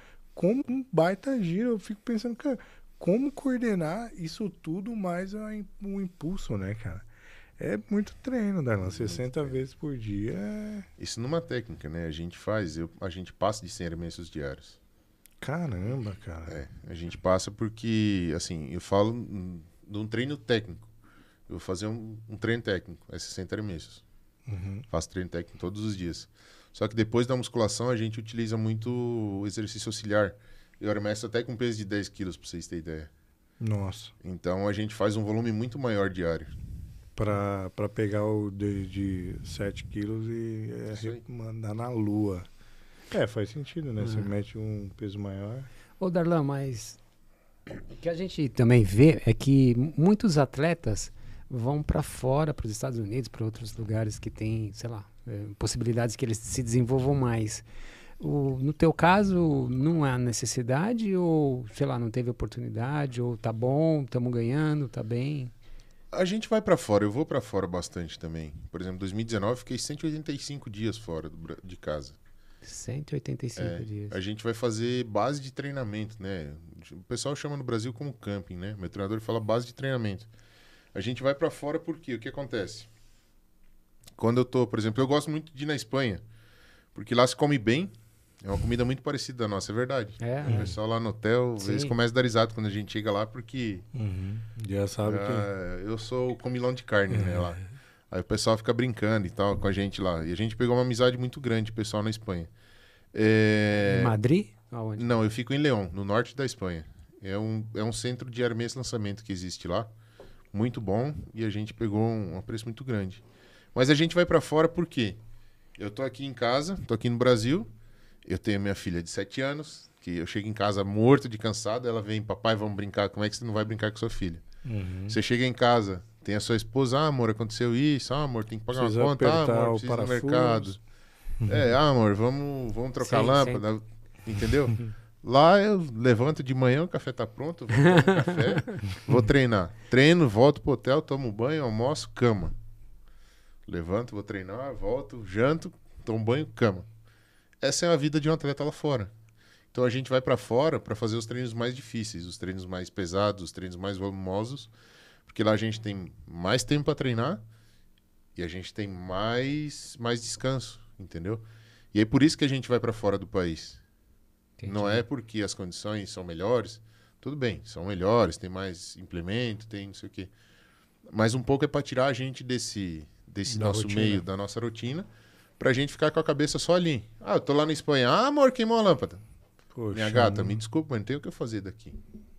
como coordenar isso tudo mais o impulso, né, cara? É muito treino, Darlan. 60 vezes por dia. Isso numa técnica, né? A gente passa de 100 arremessos diários. Caramba, cara. A gente passa porque, assim, eu falo de um treino técnico. Eu vou fazer um treino técnico, 60 arremessos. Faço treino técnico todos os dias. Só que depois da musculação, a gente utiliza muito o exercício auxiliar. Eu arremesso até com peso de 10 quilos, pra vocês terem ideia. Nossa. Então, a gente faz um volume muito maior diário. Pra pegar o de 7 quilos e mandar na lua. Faz sentido, né? Você mete um peso maior. Ô, Darlan, mas o que a gente também vê é que muitos atletas vão para fora, para os Estados Unidos, para outros lugares que tem, sei lá, possibilidades que eles se desenvolvam mais. No teu caso, não há necessidade ou, sei lá, não teve oportunidade ou tá bom, estamos ganhando, tá bem? A gente vai para fora, eu vou para fora bastante também. Por exemplo, em 2019 eu fiquei 185 dias fora de casa. 185 dias. A gente vai fazer base de treinamento, né? O pessoal chama no Brasil como camping, né? Meu treinador fala base de treinamento. A gente vai para fora porque o que acontece? Quando eu tô, por exemplo, eu gosto muito de ir na Espanha, porque lá se come bem, é uma comida muito parecida da nossa, é verdade. O pessoal lá no hotel, eles começam a dar risada quando a gente chega lá, porque já sabe que eu sou o comilão de carne, né, lá. Aí o pessoal fica brincando e tal com a gente lá. E a gente pegou uma amizade muito grande, o pessoal na Espanha. Em Madrid? Aonde? Não, eu fico em León, no norte da Espanha. É um centro de arremesso e lançamento que existe lá. Muito bom. E a gente pegou um preço muito grande. Mas a gente vai pra fora por quê? Eu tô aqui em casa, tô aqui no Brasil. Eu tenho minha filha de 7 anos, que eu chego em casa morto de cansado. Ela vem, papai, vamos brincar. Como é que você não vai brincar com sua filha? Você chega em casa... Tem a sua esposa, amor, aconteceu isso, amor, tem que pagar uma conta, amor, preciso ir no mercado. Amor, vamos trocar a lâmpada, entendeu? Lá eu levanto de manhã, o café tá pronto, vou tomar um café, vou treinar. Treino, volto pro hotel, tomo banho, almoço, cama. Levanto, vou treinar, volto, janto, tomo banho, cama. Essa é a vida de um atleta lá fora. Então a gente vai para fora para fazer os treinos mais difíceis, os treinos mais pesados, os treinos mais volumosos, porque lá a gente tem mais tempo para treinar e a gente tem mais descanso, entendeu? E é por isso que a gente vai para fora do país. Entendi. Não é porque as condições são melhores. Tudo bem, são melhores, tem mais implemento, tem não sei o quê. Mas um pouco é para tirar a gente desse nosso rotina. Meio, da nossa rotina, pra gente ficar com a cabeça só ali. Eu tô lá na Espanha. Amor, queimou a lâmpada. Poxa, minha gata, me desculpa, mas não tem o que eu fazer daqui.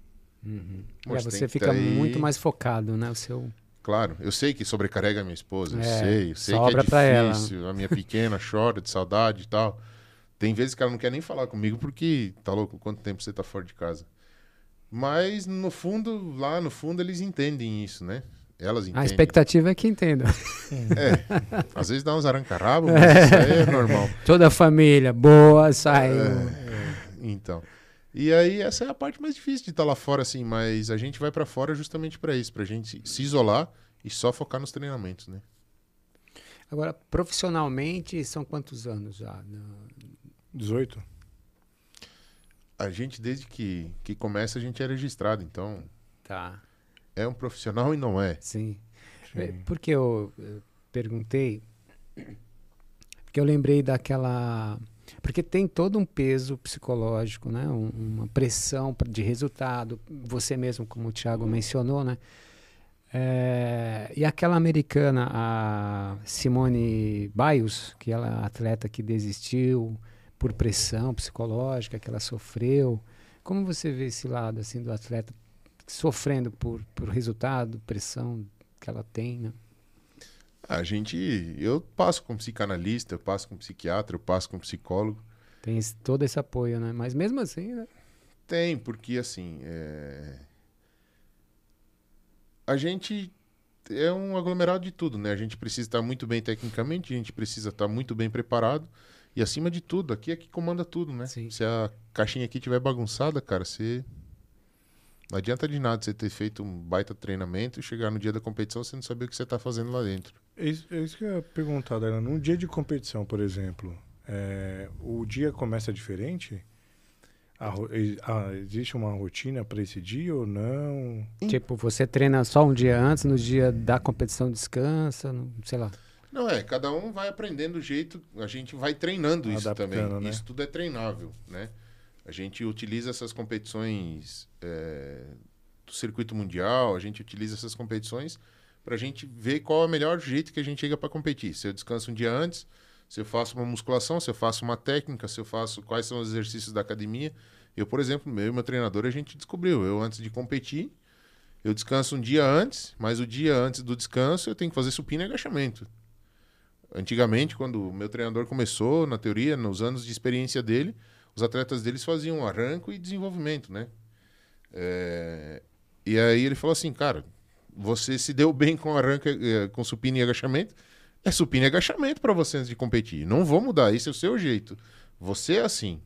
Moço, Você tem que fica tá aí. muito mais focado, né? O seu... Claro, eu sei que sobrecarrega a minha esposa, eu sei que sobra é pra ela. difícil, a minha pequena chora de saudade e tal. Tem vezes que ela não quer nem falar comigo porque tá louco, quanto tempo você tá fora de casa. Mas no fundo, lá no fundo, eles entendem isso, né? Elas entendem. A expectativa é que entenda. Às vezes dá uns arranca-rabo, mas isso aí é normal. Toda a família, boa, saiu. Então. E aí, essa é a parte mais difícil de estar lá fora, assim, mas a gente vai pra fora justamente pra isso, pra gente se isolar e só focar nos treinamentos, né? Agora, profissionalmente, são quantos anos já? 18? A gente, desde que começa, a gente é registrado, então Tá, é um profissional e não é. sim. Sim. Por que eu perguntei? Porque eu lembrei daquela... Porque tem todo um peso psicológico, né? Uma pressão de resultado. Você mesmo, como o Thiago mencionou, né? E aquela americana, a Simone Biles, que ela é a atleta que desistiu por pressão psicológica que ela sofreu. Como você vê esse lado assim do atleta sofrendo por resultado, pressão que ela tem, né? Eu passo com psicanalista, eu passo com psiquiatra, eu passo com psicólogo. Tem todo esse apoio, né? Mas mesmo assim, né? Tem, porque assim, a gente é um aglomerado de tudo, né? A gente precisa estar muito bem tecnicamente, a gente precisa estar muito bem preparado e acima de tudo, aqui é que comanda tudo, né? Sim. Se a caixinha aqui estiver bagunçada, cara, não adianta de nada você ter feito um baita treinamento e chegar no dia da competição você não saber o que você está fazendo lá dentro. É isso que eu ia perguntar, Dana. Num dia de competição, por exemplo, o dia começa diferente? Existe uma rotina para esse dia ou não? Tipo, você treina só um dia antes, no dia da competição descansa, sei lá. Não cada um vai aprendendo o jeito, a gente vai treinando isso Adaptando, também. né? Isso tudo é treinável, né? A gente utiliza essas competições do circuito mundial, a gente utiliza essas competições para a gente ver qual é o melhor jeito que a gente chega para competir. Se eu descanso um dia antes, se eu faço uma musculação, se eu faço uma técnica, se eu faço quais são os exercícios da academia. Eu, por exemplo, eu e meu treinador, a gente descobriu. Eu, antes de competir, eu descanso um dia antes, mas o dia antes do descanso eu tenho que fazer supino e agachamento. Antigamente, quando o meu treinador começou, na teoria, nos anos de experiência dele, os atletas deles faziam arranco e desenvolvimento, né? E aí ele falou assim, cara, você se deu bem com arranco, com supino e agachamento, é supino e agachamento para você antes de competir. Não vou mudar, esse é o seu jeito. Você é assim.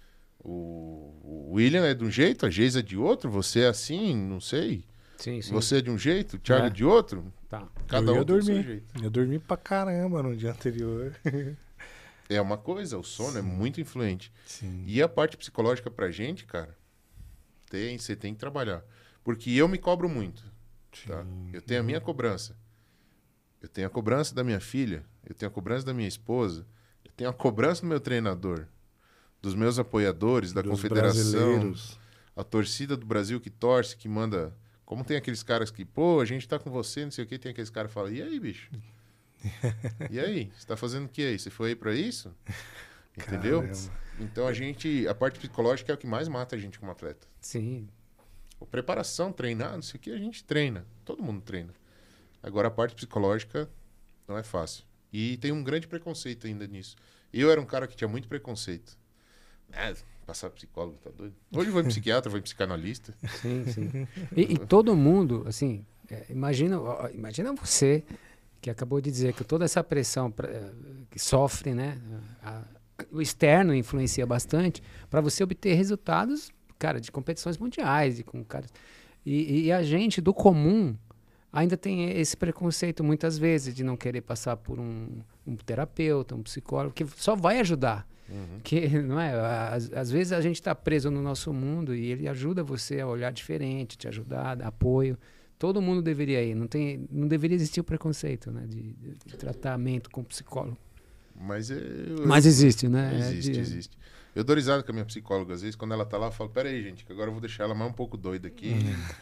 O William é de um jeito, a Geisa é de outro, você é assim, não sei. Sim. Você é de um jeito, o Thiago é de outro. Tá. Cada Eu ia um tem o seu dormir. jeito. Eu dormi pra caramba no dia anterior. É uma coisa, o sono é muito influente. Sim. E a parte psicológica pra gente, cara, você tem que trabalhar. Porque eu me cobro muito. Tá? Eu tenho a minha cobrança. Eu tenho a cobrança da minha filha, eu tenho a cobrança da minha esposa, eu tenho a cobrança do meu treinador, dos meus apoiadores, da Dos confederação, brasileiros. a torcida do Brasil que torce, que manda... Como tem aqueles caras que, pô, a gente tá com você, não sei o que, tem aqueles caras que falam, e aí, bicho? E aí? Você tá fazendo o que aí? Você foi aí pra isso? Entendeu? Caramba. Então a parte psicológica é o que mais mata a gente como atleta. Sim. A preparação, treinar, não sei o que, a gente treina. Todo mundo treina. Agora a parte psicológica não é fácil. E tem um grande preconceito ainda nisso. Eu era um cara que tinha muito preconceito. Passar psicólogo, tá doido? Hoje vou em psiquiatra, vou em psicanalista. Sim. E todo mundo, assim, imagina você que acabou de dizer que toda essa pressão que sofre, né? O externo influencia bastante para você obter resultados, cara, de competições mundiais e a gente do comum ainda tem esse preconceito muitas vezes de não querer passar por um terapeuta, um psicólogo que só vai ajudar. Que não é, às vezes a gente está preso no nosso mundo e ele ajuda você a olhar diferente, te ajudar, dar apoio. Todo mundo deveria ir, não deveria existir o preconceito, né, de tratamento com psicólogo. Mas existe, né? Existe. Eu dou risada com a minha psicóloga, às vezes, quando ela tá lá, eu falo, peraí, gente, que agora eu vou deixar ela mais um pouco doida aqui.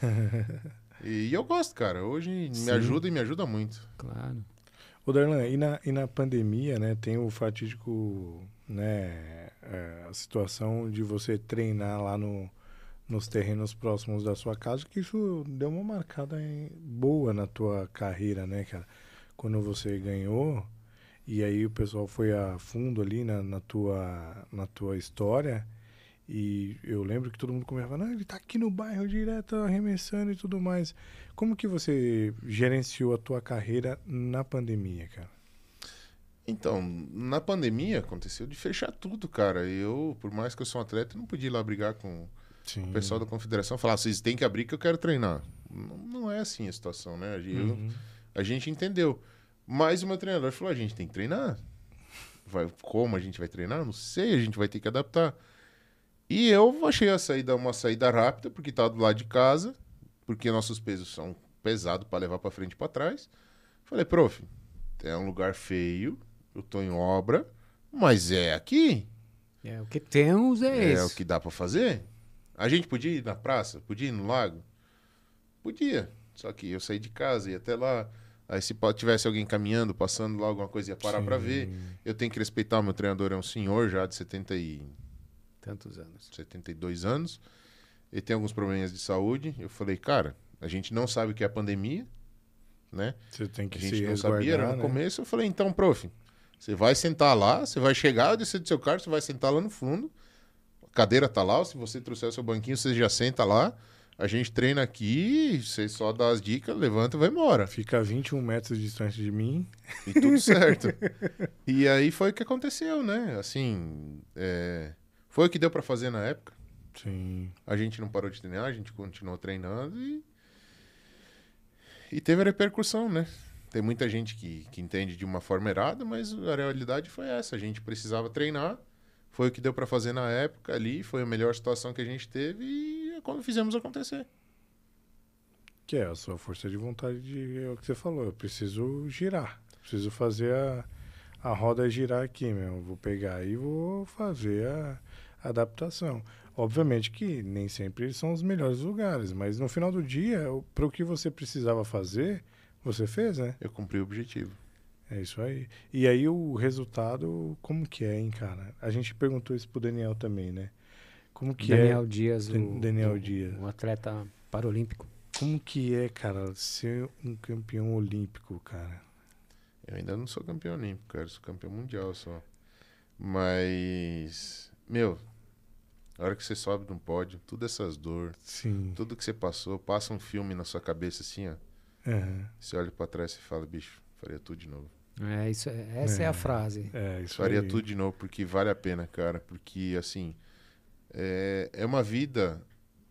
E eu gosto, cara. Hoje me ajuda e me ajuda muito. Claro. Ô, Darlan, e na pandemia, né, tem o fatídico, né, a situação de você treinar lá no nos terrenos próximos da sua casa, que isso deu uma marcada boa na tua carreira, né, cara? Quando você ganhou, e aí o pessoal foi a fundo ali na tua história, e eu lembro que todo mundo começava, não, ele tá aqui no bairro direto arremessando e tudo mais. Como que você gerenciou a tua carreira na pandemia, cara? Então, na pandemia aconteceu de fechar tudo, cara. Eu, por mais que eu sou um atleta, não podia ir lá brigar com Sim. o pessoal da confederação, falar, vocês têm que abrir que eu quero treinar. Não é assim a situação, né? A gente entendeu. Mas o meu treinador falou, a gente tem que treinar. Como a gente vai treinar? Não sei, a gente vai ter que adaptar. E eu achei uma saída rápida, porque estava do lado de casa, porque nossos pesos são pesados para levar para frente e para trás. Falei, prof, é um lugar feio, eu tô em obra, mas é aqui. O que temos é isso. É o que dá para fazer. A gente podia ir na praça? Podia ir no lago? Podia. Só que eu saí de casa, ia até lá. Aí se tivesse alguém caminhando, passando lá alguma coisa, ia parar para ver. Eu tenho que respeitar, o meu treinador é um senhor já de 72 anos. Ele tem alguns problemas de saúde. Eu falei, cara, a gente não sabe o que é a pandemia, né? Você tem que a gente se não sabia, era no né? começo. Eu falei, então, prof, você vai sentar lá, você vai chegar, descer do seu carro, você vai sentar lá no fundo. A cadeira tá lá, se você trouxer o seu banquinho, você já senta lá. A gente treina aqui, você só dá as dicas, levanta e vai embora. Fica a 21 metros de distância de mim. E tudo certo. E aí foi o que aconteceu, né? Assim, foi o que deu pra fazer na época. Sim. A gente não parou de treinar, a gente continuou treinando e teve a repercussão, né? Tem muita gente que entende de uma forma errada, mas a realidade foi essa. A gente precisava treinar, foi o que deu pra fazer na época ali, foi a melhor situação que a gente teve e é quando fizemos acontecer. Que é a sua força de vontade, é o que você falou, eu preciso girar, preciso fazer a roda girar aqui, meu. Eu vou pegar e vou fazer a adaptação. Obviamente que nem sempre são os melhores lugares, mas no final do dia, para o que você precisava fazer, você fez, né? Eu cumpri o objetivo. É isso aí. E aí o resultado, como que é, hein, cara? A gente perguntou isso pro Daniel também, né? Como que Daniel Dias, Daniel Dias, um atleta paralímpico. como que é, cara, ser um campeão olímpico, cara? Eu ainda não sou campeão olímpico, cara. Eu sou campeão mundial só. Mas, meu, a hora que você sobe num pódio, todas essas dores, Sim. tudo que você passou, passa um filme na sua cabeça assim, ó. Uhum. Você olha pra trás e fala, bicho, faria tudo de novo. Essa é a frase. Isso Faria aí. tudo de novo, porque vale a pena, cara. Porque, assim, é uma vida...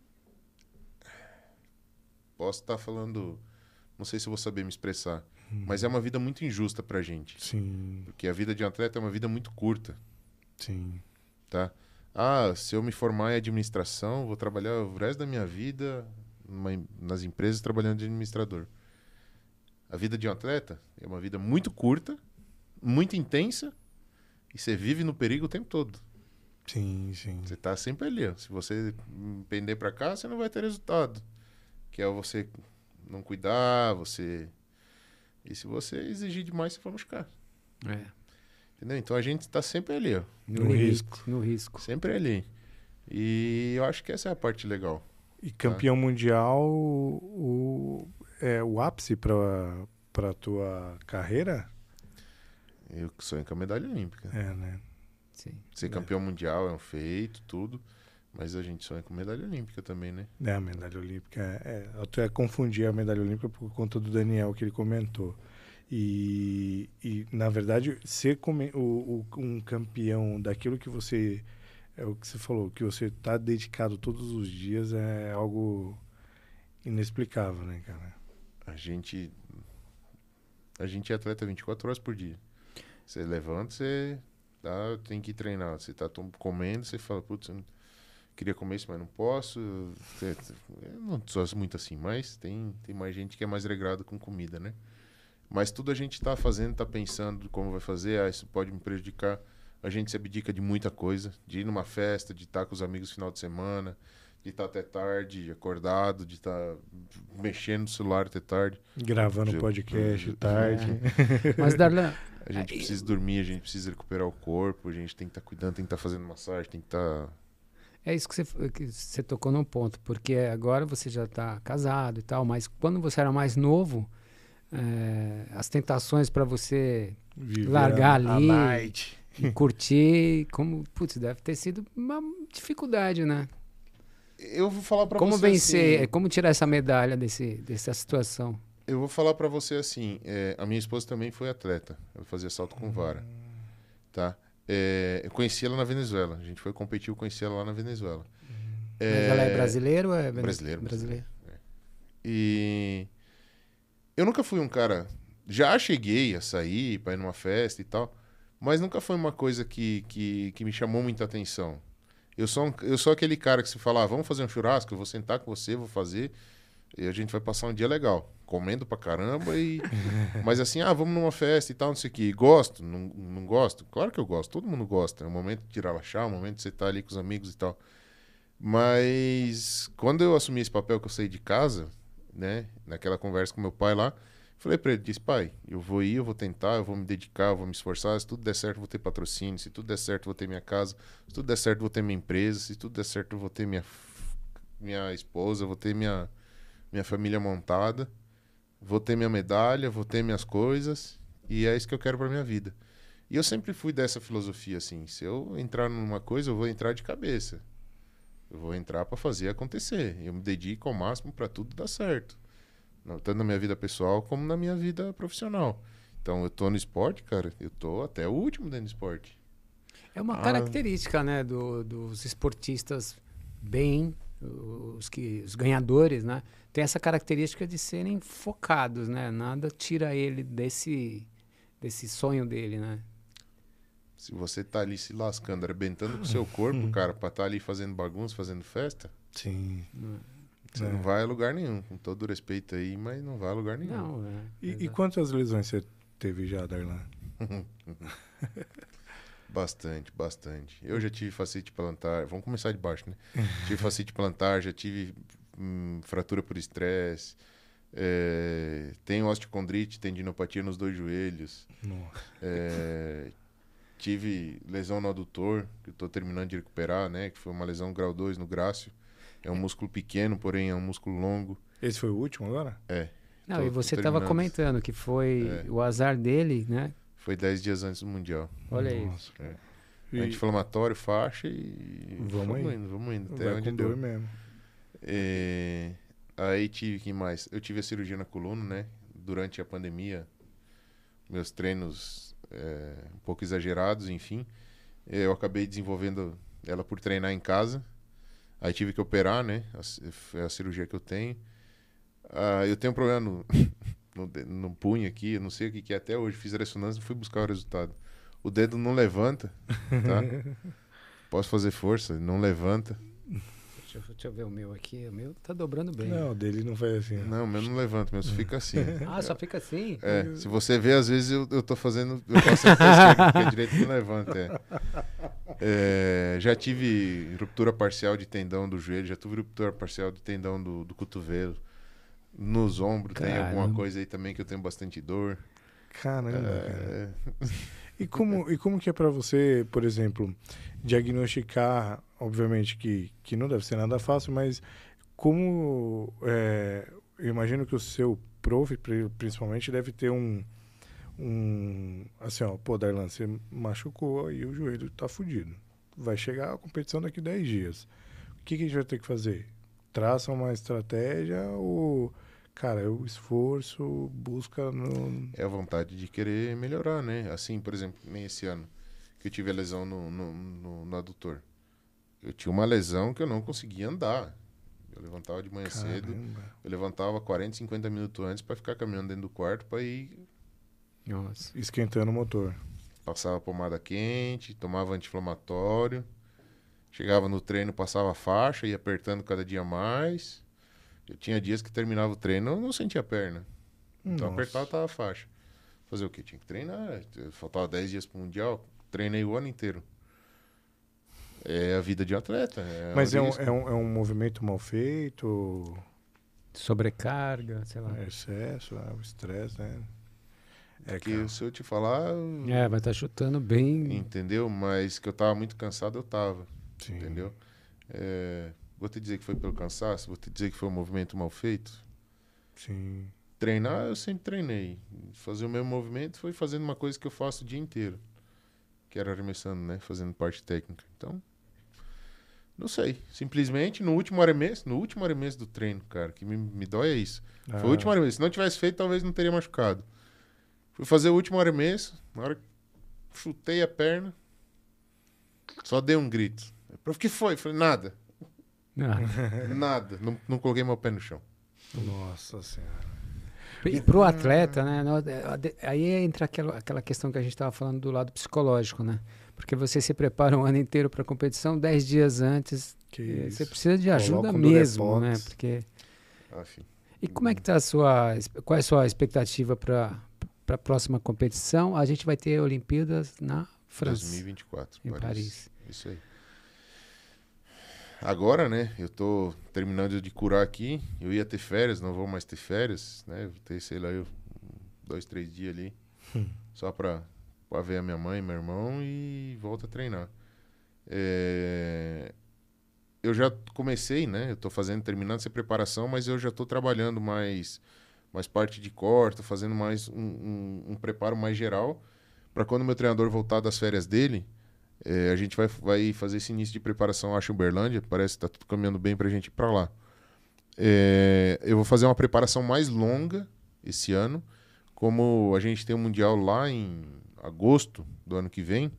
Posso estar falando... Não sei se eu vou saber me expressar. Mas é uma vida muito injusta pra gente. Sim, Porque a vida de um atleta é uma vida muito curta, sim. tá? Se eu me formar em administração, vou trabalhar o resto da minha vida nas empresas trabalhando de administrador. A vida de um atleta é uma vida muito curta, muito intensa, e você vive no perigo o tempo todo. Sim, sim. Você tá sempre ali, ó. Se você pender pra cá, você não vai ter resultado. Que é você não cuidar, E se você exigir demais, você vai machucar. Entendeu? Então a gente tá sempre ali, ó. No risco. No risco. Sempre ali. E eu acho que essa é a parte legal. E campeão mundial, o ápice pra tua carreira? Eu sonho com a medalha olímpica. É, né? Sim. Ser campeão mundial é um feito, tudo. Mas a gente sonha com medalha olímpica também, né? A medalha olímpica. Eu até confundi a medalha olímpica por conta do Daniel que ele comentou. E na verdade, ser um campeão daquilo que você... É o que você falou, que você está dedicado todos os dias é algo inexplicável, né, cara? A gente é atleta 24 horas por dia. Você levanta, você tem que ir treinar. Você tá comendo, você fala, putz, eu queria comer isso, mas não posso. Eu não sou muito assim, mas tem mais gente que é mais regrado com comida, né? Mas tudo a gente tá fazendo, tá pensando como vai fazer, isso pode me prejudicar. A gente se abdica de muita coisa, de ir numa festa, de estar com os amigos no final de semana, de estar até tarde, acordado, de estar mexendo no celular até tarde. Gravando podcast tarde. Mas, Darlan... A gente precisa dormir, a gente precisa recuperar o corpo, a gente tem que estar cuidando, tem que estar fazendo massagem, tem que estar... É isso que você tocou num ponto, porque agora você já está casado e tal, mas quando você era mais novo, as tentações para você Viver largar a ali night. e curtir, como, putz, deve ter sido uma dificuldade, né? Eu vou falar pra Como você vencer, assim, como tirar essa medalha dessa situação? eu vou falar para você assim, a minha esposa também foi atleta, ela fazia salto com vara, tá? Eu conheci ela na Venezuela, a gente foi competir, eu conheci ela lá na Venezuela. Mas ela é brasileira ou é Brasileiro. brasileira? E eu nunca fui um cara, já cheguei a sair para ir numa festa e tal, mas nunca foi uma coisa que me chamou muita atenção. Eu sou aquele cara que se falar, vamos fazer um churrasco, eu vou sentar com você, vou fazer, e a gente vai passar um dia legal, comendo pra caramba e... Mas assim, vamos numa festa e tal, não sei o que. Gosto? Não gosto? Claro que eu gosto, todo mundo gosta. É um momento de relaxar, um momento de você estar ali com os amigos e tal. Mas quando eu assumi esse papel que eu saí de casa, né, naquela conversa com meu pai lá, falei pra ele, disse, pai, eu vou ir, eu vou tentar, eu vou me dedicar, eu vou me esforçar, se tudo der certo eu vou ter patrocínio, se tudo der certo eu vou ter minha casa, se tudo der certo eu vou ter minha empresa, se tudo der certo eu vou ter minha esposa, eu vou ter minha família montada, vou ter minha medalha, vou ter minhas coisas, e é isso que eu quero pra minha vida. E eu sempre fui dessa filosofia, assim, se eu entrar numa coisa, eu vou entrar de cabeça. Eu vou entrar pra fazer acontecer. Eu me dedico ao máximo pra tudo dar certo. Tanto na minha vida pessoal como na minha vida profissional. Então, eu tô no esporte, cara, eu tô até o último dentro do esporte. É uma característica, né, dos esportistas bem, os ganhadores, né? Tem essa característica de serem focados, né? Nada tira ele desse sonho dele, né? Se você tá ali se lascando, arrebentando com o seu corpo, cara, pra estar ali fazendo bagunça, fazendo festa, Sim. você não vai a lugar nenhum. Com todo respeito aí, mas não vai a lugar nenhum. Não, E quantas lesões você teve já, Darlan? Bastante, bastante. Eu já tive fascite plantar. Vamos começar de baixo, né? Tive fascite plantar, já tive fratura por estresse. Tenho osteocondrite, tendinopatia nos 2 joelhos. Nossa. Tive lesão no adutor, que eu tô terminando de recuperar, né? Que foi uma lesão grau 2 no grácil. É um músculo pequeno, porém é um músculo longo. Esse foi o último agora? Não, e você estava comentando que foi o azar dele, né? Foi 10 dias antes do Mundial. Olha aí. Nossa. Anti-inflamatório, faixa e... Vamos indo. Até Vai onde com deu. dor mesmo. Aí tive, que mais? Eu tive a cirurgia na coluna, né? Durante a pandemia, meus treinos um pouco exagerados, enfim. Eu acabei desenvolvendo ela por treinar em casa. Aí tive que operar, né? É a cirurgia que eu tenho. Eu tenho um problema no punho aqui, eu não sei o que é até hoje. Fiz a ressonância e fui buscar o resultado. O dedo não levanta, tá? Posso fazer força, não levanta. Deixa eu ver o meu aqui. O meu tá dobrando bem. Não, o dele não foi assim. Não, o meu não levanta, o meu só fica assim. Só fica assim? Se você vê, às vezes eu tô fazendo... Eu faço a esquerda, porque a direita não levanta, já tive ruptura parcial de tendão do joelho, já tive ruptura parcial de tendão do cotovelo. Nos ombros tem alguma coisa aí também que eu tenho bastante dor. Caramba, cara. E como que é pra você, por exemplo, diagnosticar, obviamente que não deve ser nada fácil, mas como eu imagino que o seu prof, principalmente, deve ter assim, ó, pô, Darlan, você machucou e o joelho tá fudido. Vai chegar a competição daqui 10 dias. O que a gente vai ter que fazer? Traça uma estratégia ou... Cara, eu esforço, busca no... É a vontade de querer melhorar, né? Assim, por exemplo, nem esse ano, que eu tive a lesão no adutor. Eu tinha uma lesão que eu não conseguia andar. Eu levantava de manhã cedo, eu levantava 40, 50 minutos antes para ficar caminhando dentro do quarto para ir... Nossa. Esquentando o motor. Passava pomada quente, tomava anti-inflamatório, chegava no treino, passava faixa, ia apertando cada dia mais... Eu tinha dias que terminava o treino, eu não sentia a perna. Então apertava, tava a faixa. Fazer o quê? Tinha que treinar. Faltava 10 dias pro Mundial. Treinei o ano inteiro. É a vida de atleta. Mas é um movimento mal feito? Sobrecarga, sei lá. Excesso, o estresse, né? Que se eu te falar... vai estar chutando bem... Entendeu? Mas que eu tava muito cansado, eu tava. Sim. Entendeu? Vou te dizer que foi pelo cansaço, vou te dizer que foi um movimento mal feito. Sim. Treinar, eu sempre treinei. Fazer o mesmo movimento foi fazendo uma coisa que eu faço o dia inteiro. Que era arremessando, né? Fazendo parte técnica. Então, não sei. Simplesmente, no último arremesso do treino, cara, que me dói é isso. Foi o último arremesso. Se não tivesse feito, talvez não teria machucado. Fui fazer o último arremesso, na hora que chutei a perna, só dei um grito. O que foi? Falei, nada. Nada. Não coloquei meu pé no chão. Nossa Senhora. E pro atleta, né? Aí entra aquela questão que a gente estava falando do lado psicológico, né? Porque você se prepara um ano inteiro para a competição, 10 dias antes, você precisa de ajuda mesmo, né? Porque... E como é que tá qual é a sua expectativa para a próxima competição? A gente vai ter Olimpíadas na França. 2024, em Paris. Isso aí. Agora, né, eu tô terminando de curar aqui, eu ia ter férias, não vou mais ter férias, né, vou ter, sei lá, 2, 3 dias ali, só pra ver a minha mãe e meu irmão e volto a treinar. Eu já comecei, né, eu tô terminando essa preparação, mas eu já tô trabalhando mais parte de core, tô fazendo mais um preparo mais geral, para quando meu treinador voltar das férias dele, a gente vai fazer esse início de preparação, acho, em Uberlândia. Parece que tá tudo caminhando bem pra gente ir pra lá. Eu vou fazer uma preparação mais longa esse ano. Como a gente tem um Mundial lá em agosto do ano que vem.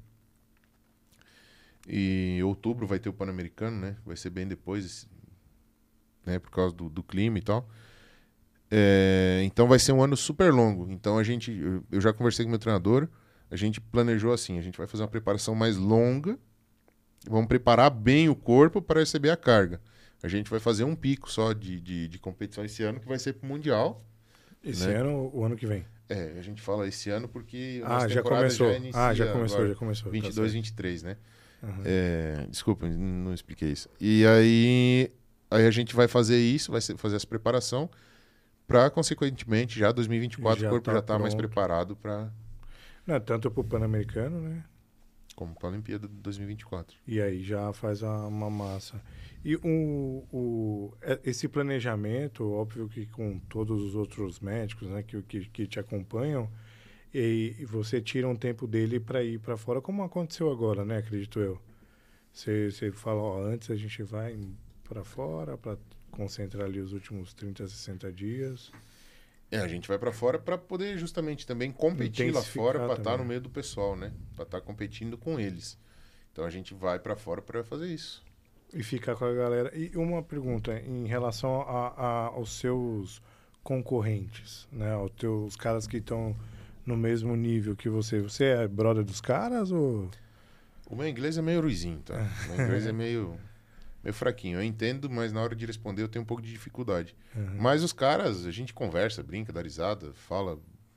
E em outubro vai ter o Pan-Americano, né? Vai ser bem depois, né? Por causa do clima e tal. Então vai ser um ano super longo. Então eu já conversei com o meu treinador. A gente planejou assim, a gente vai fazer uma preparação mais longa, vamos preparar bem o corpo para receber a carga. A gente vai fazer um pico só de competição esse ano, que vai ser para o Mundial. Esse ano, o ano que vem? A gente fala esse ano porque a nossa temporada já inicia já começou. 22, 23, né? Uhum. Desculpa, não expliquei isso. E aí a gente vai fazer isso, vai fazer essa preparação, para, consequentemente, já 2024 o corpo já está mais preparado para... Não, tanto para o Pan-Americano, né? Como para a Olimpíada de 2024. E aí já faz uma massa. E esse planejamento, óbvio que com todos os outros médicos, né, que te acompanham, e você tira um tempo dele para ir para fora, como aconteceu agora, né? Acredito eu. Você fala, ó, antes a gente vai para fora para concentrar ali os últimos 30, 60 dias. A gente vai para fora para poder justamente também competir lá fora, para estar no meio do pessoal, né? Para estar competindo com eles. Então a gente vai para fora para fazer isso. E ficar com a galera. E uma pergunta em relação aos seus concorrentes, né? Os caras que estão no mesmo nível que você. Você é brother dos caras ou... O meu inglês é meio ruizinho, tá? O meu inglês é meio fraquinho. Eu entendo, mas na hora de responder eu tenho um pouco de dificuldade. Uhum. Mas os caras, a gente conversa, brinca, dá risada, fala.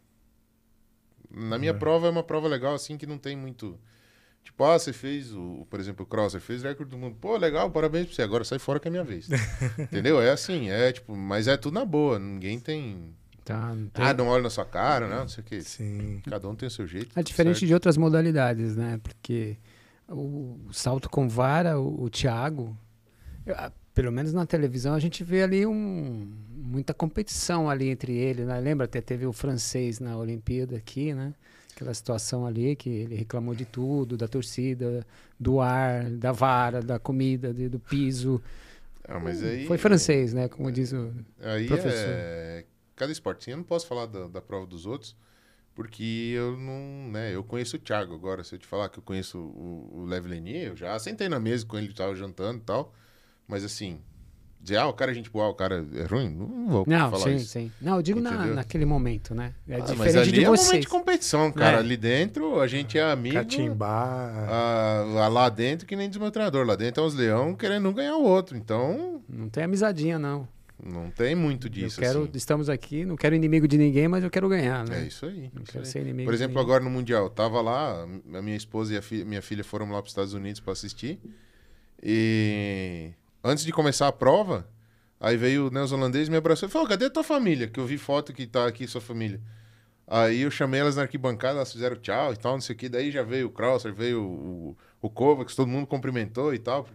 Na minha prova é uma prova legal, assim, que não tem muito... Tipo, você fez, por exemplo, o cross, você fez o recorde do mundo. Pô, legal, parabéns pra você. Agora sai fora que é minha vez. Entendeu? É assim, tipo... Mas é tudo na boa, ninguém tem... não olha na sua cara, né? Não sei o quê. Sim. Cada um tem o seu jeito. É diferente certo. De outras modalidades, né? Porque o salto com vara, o Thiago... pelo menos na televisão a gente vê ali muita competição ali entre eles, né? Lembra até teve o francês na Olimpíada aqui, né? Aquela situação ali que ele reclamou de tudo, da torcida, do ar, da vara, da comida, do piso. Mas aí, foi francês, né? Como diz o professor. Cada esporte. Eu não posso falar da prova dos outros, porque eu não, né? Eu conheço o Thiago agora. Se eu te falar que eu conheço o Lev Lenier, eu já sentei na mesa com ele, estava jantando e tal. Mas assim, dizer, o cara é gente boa, o cara é ruim, não vou falar isso. Sim. Não, eu digo naquele momento, né? É diferente mas ali de vocês. É um momento de competição, cara. Ali dentro, a gente é amigo. Catimbar. Lá dentro, que nem diz o meu treinador. Lá dentro é os leão querendo um ganhar o outro. Então... Não tem amizadinha, não. Não tem muito disso, Estamos aqui, não quero inimigo de ninguém, mas eu quero ganhar, né? É isso aí. Não quero ser inimigo. Por exemplo, agora no Mundial, tava lá, a minha esposa e minha filha foram lá para os Estados Unidos para assistir. E... Antes de começar a prova, aí veio o neozelandês e me abraçou e falou, cadê a tua família? Que eu vi foto que tá aqui, sua família. Aí eu chamei elas na arquibancada, elas fizeram tchau e tal, não sei o que. Daí já veio o Krauser, veio o Kovacs, todo mundo cumprimentou e tal, porque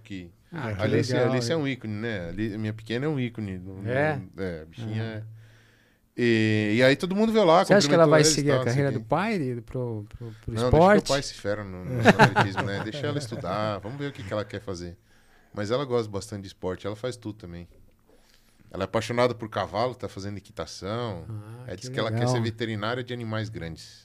Ah, que Alice legal. é um ícone, né? Minha pequena é um ícone. A bichinha é... E aí todo mundo veio lá, Você acha que ela vai eles e seguir tal, a não sei carreira o do quê. pai pro Não, deixa que esporte? o pai se fera no atletismo, né? Deixa ela estudar, vamos ver o que ela quer fazer. Mas ela gosta bastante de esporte, ela faz tudo também. Ela é apaixonada por cavalo, tá fazendo equitação. Ah, Diz que ela quer ser veterinária de animais grandes.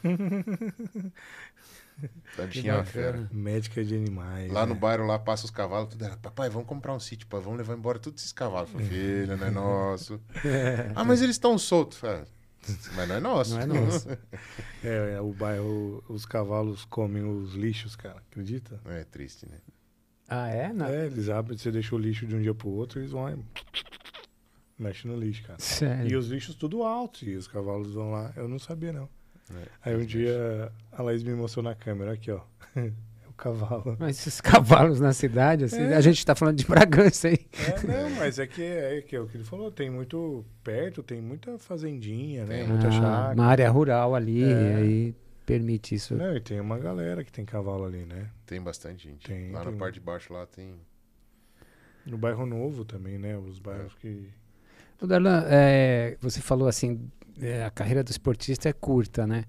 A bichinha é uma fera. Médica de animais. Lá no bairro, lá passa os cavalos, tudo. Ela, papai, vamos comprar um sítio, pai, vamos levar embora todos esses cavalos. Eu falei, filha, não é nosso. Ah, mas eles estão soltos. Falei, mas não é nosso. Não é nosso. O bairro, os cavalos comem os lixos, cara. Acredita? É triste, né? Ah, é? Não. Eles abrem, você deixa o lixo de um dia pro outro, eles vão lá e mexem no lixo, cara. Sério. E os lixos tudo altos, e os cavalos vão lá. Eu não sabia, não. É, Aí um eles dia a Laís me mostrou na câmera, aqui, ó. É o cavalo. Mas esses cavalos na cidade, assim, É. a gente tá falando de Bragança aí. Não, mas é que é o que ele falou, tem muito perto, tem muita fazendinha, né? Tem. Muita chácara. Uma área rural ali, É. aí permite isso. Não, e tem uma galera que tem cavalo ali, né? Tem bastante gente. Tem, lá tem. na parte de baixo lá tem... No bairro Novo também, né? Os bairros que... O Darlan, você falou assim, a carreira do esportista é curta, né?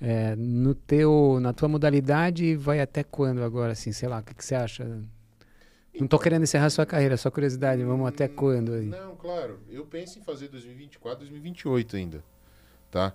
Na tua modalidade, vai até quando agora, assim, sei lá, o que você acha? Não tô querendo encerrar sua carreira, só curiosidade, vamos até quando aí? Não, claro. Eu penso em fazer 2024, 2028 ainda. Tá?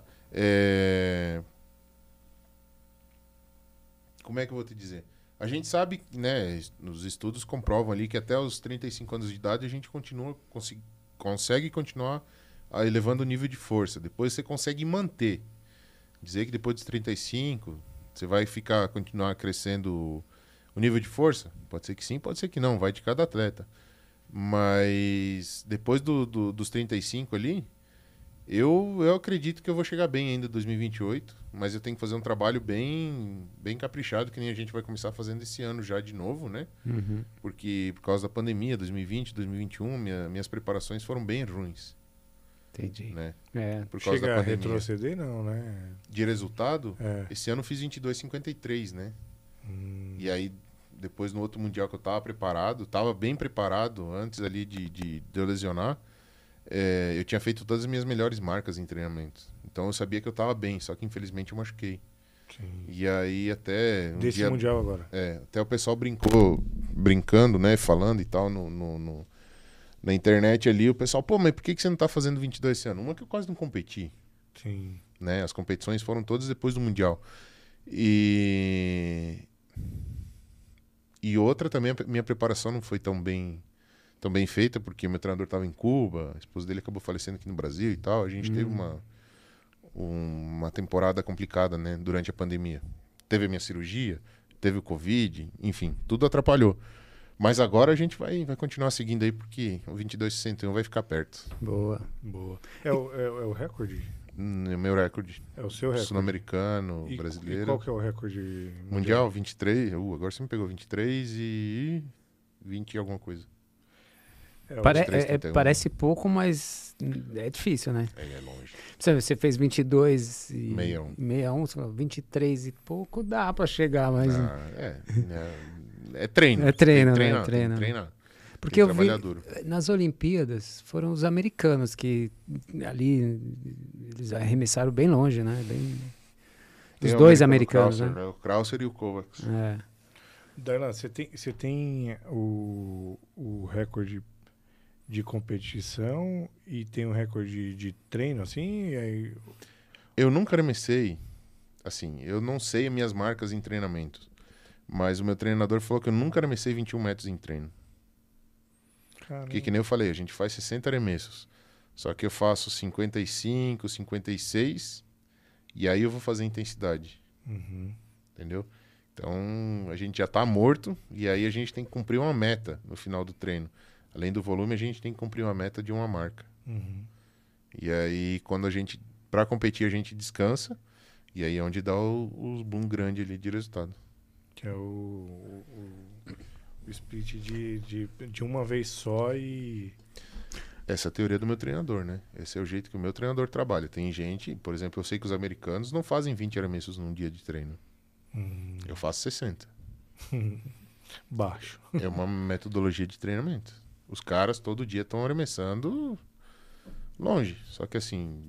Como é que eu vou te dizer? A gente sabe, né, os estudos comprovam ali que até os 35 anos de idade a gente consegue continuar elevando o nível de força. Depois você consegue manter. Dizer que depois dos 35 você vai continuar crescendo o nível de força? Pode ser que sim, pode ser que não. Vai de cada atleta. Mas depois dos 35 ali, eu acredito que eu vou chegar bem ainda em 2028, mas eu tenho que fazer um trabalho bem caprichado, que nem a gente vai começar fazendo esse ano já de novo, né? Uhum. Porque por causa da pandemia, 2020, 2021, minhas preparações foram bem ruins, Entendi. né? Por causa Chega da a pandemia. retroceder, não, né? De resultado, É. esse ano eu fiz 22,53, né? E aí, depois no outro mundial que eu tava bem preparado antes ali de eu lesionar. Eu tinha feito todas as minhas melhores marcas em treinamento. Então eu sabia que eu estava bem, só que infelizmente eu machuquei. Sim. E aí até um Desse dia, mundial agora. até o pessoal brincando, né, falando e tal na internet ali, o pessoal, pô, mas por que você não tá fazendo 22 esse ano? Uma que eu quase não competi, Sim. né? As competições foram todas depois do mundial. E outra também, a minha preparação não foi tão bem feita, porque meu treinador estava em Cuba, a esposa dele acabou falecendo aqui no Brasil e tal. A gente teve uma temporada complicada, né, durante a pandemia. Teve a minha cirurgia, teve o Covid, enfim, tudo atrapalhou. Mas agora a gente vai continuar seguindo aí, porque o 22,61 vai ficar perto. Boa. Boa. É o recorde? É o meu recorde. É o seu recorde? Sul-americano, E brasileiro. qual que é o recorde Mundial, 23. Agora você me pegou 23 e 20 e alguma coisa. Pare- 31. parece pouco, mas é difícil, né? É longe. Você fez 22 e 61. você falou 23 e pouco, dá pra chegar, mas... É treino. É treino, Tem que né? treinar, Treino. tem que treinar. Porque eu vi, trabalhar duro. nas Olimpíadas, foram os americanos que ali, eles arremessaram bem longe, né? Tem Os o dois americano americanos, Krauser, né? O Krauser e o Kovacs. É. Darlan, você tem o recorde de competição e tem o recorde de treino, assim? E aí... Eu nunca arremessei, assim, eu não sei as minhas marcas em treinamento, mas o meu treinador falou que eu nunca arremessei 21 metros em treino. Caramba. Porque, que nem eu falei, a gente faz 60 arremessos. Só que eu faço 55, 56, e aí eu vou fazer intensidade. Uhum. Entendeu? Então, a gente já tá morto, e aí a gente tem que cumprir uma meta no final do treino. Além do volume, a gente tem que cumprir uma meta de uma marca. Uhum. E aí, pra competir, a gente descansa, e aí é onde dá os boom grande ali de resultado. Que é o split de uma vez só e... Essa é a teoria do meu treinador, né? Esse é o jeito que o meu treinador trabalha. Tem gente, por exemplo, eu sei que os americanos não fazem 20 arremessos num dia de treino. Eu faço 60. Baixo. É uma metodologia de treinamento. Os caras todo dia estão arremessando longe. Só que assim,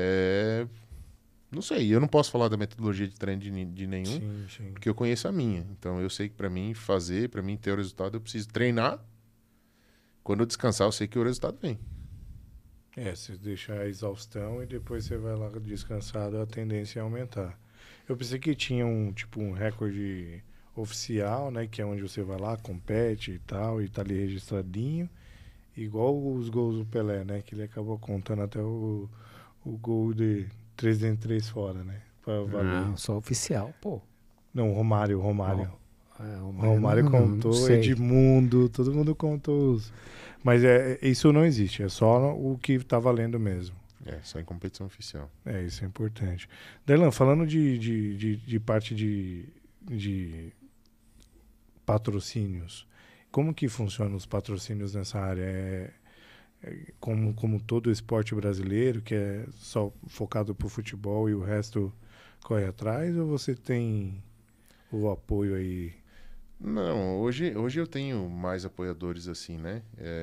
não sei, eu não posso falar da metodologia de treino de nenhum, Sim. porque eu conheço a minha. Então eu sei que para mim ter o resultado, eu preciso treinar. Quando eu descansar, eu sei que o resultado vem. Se deixar a exaustão e depois você vai lá descansado, a tendência é aumentar. Eu pensei que tinha um recorde oficial, né? Que é onde você vai lá, compete e tal, e tá ali registradinho. Igual os gols do Pelé, né? Que ele acabou contando até o gol de 3 dentro 3 fora, né? Pra valer. Não, só oficial, pô. Não, Romário. O Romário contou, não sei. Edmundo, todo mundo contou os... Mas isso não existe, é só o que tá valendo mesmo. Só em competição oficial. Isso é importante. Darlan, falando de parte de patrocínios, como que funcionam os patrocínios nessa área? Como todo o esporte brasileiro, que é só focado pro futebol e o resto corre atrás, ou você tem o apoio aí? Não, hoje eu tenho mais apoiadores assim, né?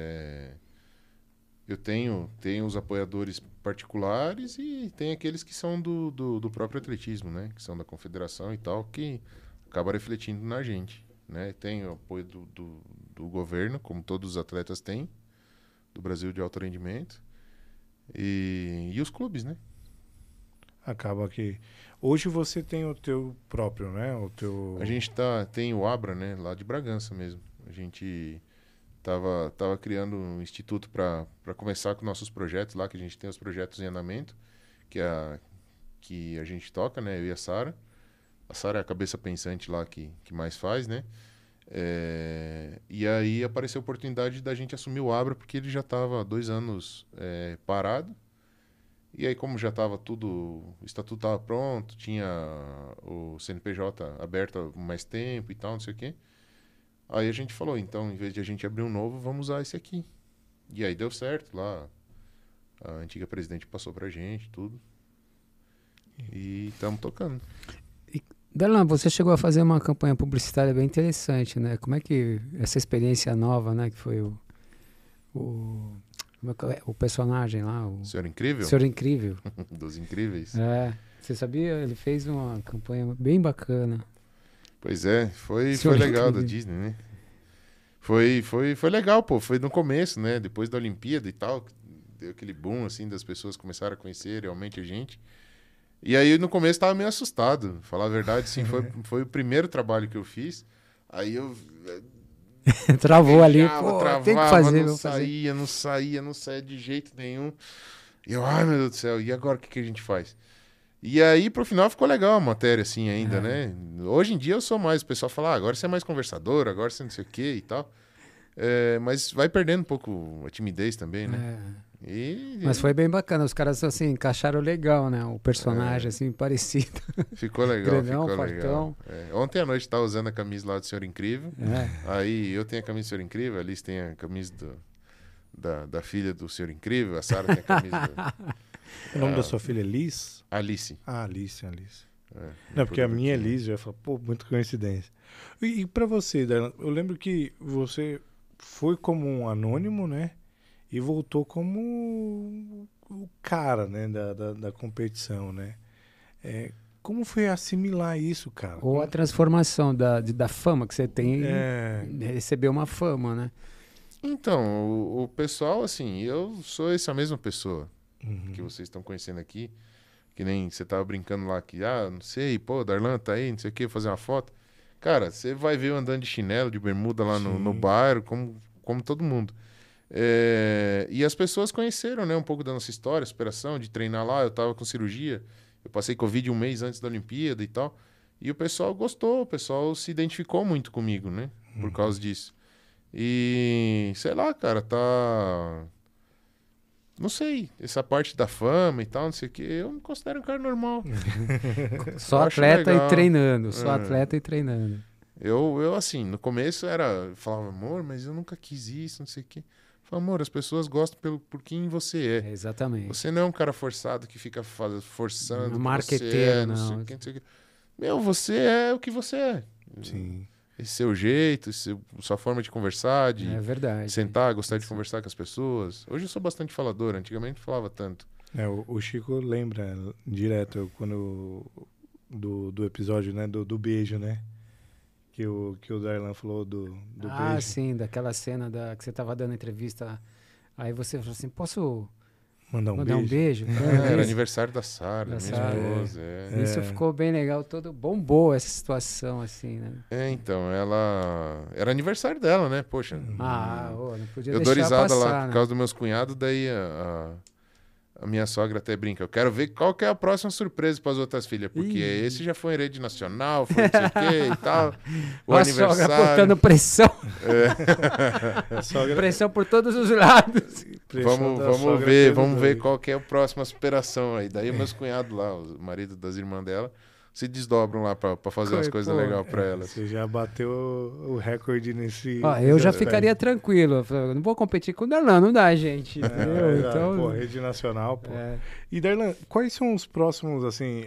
Eu tenho os apoiadores particulares e tem aqueles que são do próprio atletismo, né? Que são da confederação e tal, que acaba refletindo na gente, né? Tem o apoio do governo, como todos os atletas têm, do Brasil de alto rendimento, e os clubes, né? Acaba que... Hoje você tem o teu próprio, né? A gente tem o Abra, né? Lá de Bragança mesmo. A gente tava criando um instituto para começar com nossos projetos lá, que a gente tem os projetos em andamento, que a gente toca, né? Eu e a Sara. A Sara é a cabeça pensante lá que mais faz, né? E aí apareceu a oportunidade da gente assumir o Abra, porque ele já estava há 2 anos parado. E aí, como já estava tudo, o estatuto estava pronto, tinha o CNPJ aberto há mais tempo e tal, não sei o quê. Aí a gente falou, então, em vez de a gente abrir um novo, vamos usar esse aqui. E aí deu certo lá. A antiga presidente passou pra gente, tudo. E estamos tocando. Darlan, você chegou a fazer uma campanha publicitária bem interessante, né? Como é que essa experiência nova, né? Que foi o personagem lá, o Senhor Incrível? Senhor Incrível. Dos Incríveis. Você sabia? Ele fez uma campanha bem bacana. Pois é, foi legal da Disney, né? Foi legal, pô. Foi no começo, né? Depois da Olimpíada e tal, deu aquele boom, assim, das pessoas começaram a conhecer realmente a gente. E aí, no começo, tava meio assustado. Falar a verdade, sim, foi o primeiro trabalho que eu fiz. Aí eu... Travou ali, pô, travava, tem que fazer, não saía de jeito nenhum. E eu, ai meu Deus do céu, e agora o que a gente faz? E aí, pro final, ficou legal a matéria, assim, ainda, né? Hoje em dia eu sou mais, o pessoal fala, agora você é mais conversador, agora você não sei o quê e tal. Mas vai perdendo um pouco a timidez também, né? Mas foi bem bacana, os caras, assim, encaixaram legal, né? O personagem, assim, parecido. Ficou legal, Grandão, ficou fartão. legal. Ontem à noite tava usando a camisa lá do Senhor Incrível. Aí eu tenho a camisa do Senhor Incrível, a Alice tem a camisa da filha do Senhor Incrível, a Sara tem a camisa... O nome da sua filha é Liz? Alice. Alice. Não, porque a minha é Liz, eu ia falar, pô, muita coincidência. E pra você, Darlan, eu lembro que você foi como um anônimo, né? E voltou como o cara, né, da competição, né? Como foi assimilar isso, cara? Ou a transformação da fama que você tem, receber uma fama, né? Então, o pessoal, assim, eu sou essa mesma pessoa que vocês estão conhecendo aqui, que nem você tava brincando lá que, não sei, pô, Darlan tá aí, não sei o que, fazer uma foto. Cara, você vai ver eu andando de chinelo, de bermuda lá no bairro, como todo mundo. E as pessoas conheceram, né, um pouco da nossa história, superação, de treinar lá, eu tava com cirurgia, eu passei Covid 1 mês antes da Olimpíada e tal, e o pessoal gostou, o pessoal se identificou muito comigo, né, por causa disso. E, sei lá, cara, não sei, essa parte da fama e tal, não sei o que, eu me considero um cara normal. Só atleta e treinando, só atleta e treinando. Eu, assim, no começo eu falava, amor, mas eu nunca quis isso, não sei o que. Falei, amor, as pessoas gostam por quem você é. Exatamente. Você não é um cara forçado que fica forçando. Marqueteiro, não sei o que. Meu, você é o que você é. Sim. esse seu jeito, sua forma de conversar, de É verdade. sentar, gostar de conversar com as pessoas. Hoje eu sou bastante falador, antigamente não falava tanto. O Chico lembra direto quando do episódio, né, do beijo, né? Que o Darlan falou do beijo. Sim, daquela cena que você tava dando entrevista. Aí você falou assim, posso Mandar um mandar um beijo. beijo? Era aniversário da Sara, Da minha Sara, esposa. Isso ficou bem legal, todo bombou essa situação, assim, né? Então, ela... Era aniversário dela, né? Poxa. Não podia Eu dou deixar risada passar, lá né? por causa dos meus cunhados, daí a minha sogra até brinca. Eu quero ver qual que é a próxima surpresa para as outras filhas, porque esse já foi em rede nacional, foi não sei o quê e tal. O A sogra aniversário. botando pressão. A sogra... Pressão por todos os lados. Pressão da Vamos sogra ver, pelo vamos ver doido. qual que é a próxima superação aí. Daí meus cunhados lá, o marido das irmãs dela, se desdobram lá para fazer umas coisas Pô, legais para elas. Você já bateu o recorde nesse... Ó, eu já nesse ficaria tranquilo. Eu falei, eu não vou competir com o Darlan, não dá, gente. Entendeu? Então, Pô, rede nacional, pô. é, E Darlan, quais são os próximos, assim,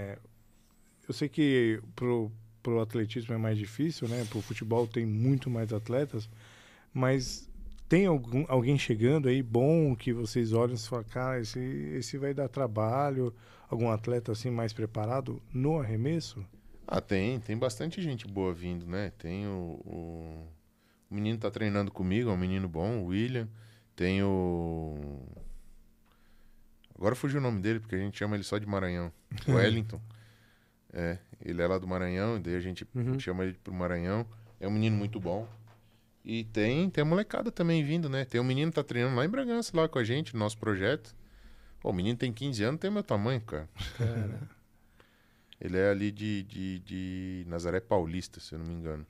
eu sei que pro atletismo é mais difícil, né? Pro futebol tem muito mais atletas, mas tem alguém chegando aí bom que vocês olham e falam, cara, esse vai dar trabalho, algum atleta assim mais preparado no arremesso? Tem bastante gente boa vindo, né? Tem o menino tá treinando comigo, é um menino bom, o William. Tem o... Agora fugiu o nome dele, porque a gente chama ele só de Maranhão. O Wellington. Ele é lá do Maranhão, e daí a gente chama ele pro Maranhão. É um menino muito bom. E tem a molecada também vindo, né? Tem um menino que tá treinando lá em Bragança, lá com a gente, no nosso projeto. Pô, o menino tem 15 anos, tem o meu tamanho, cara. Ele é ali de Nazaré Paulista, se eu não me engano.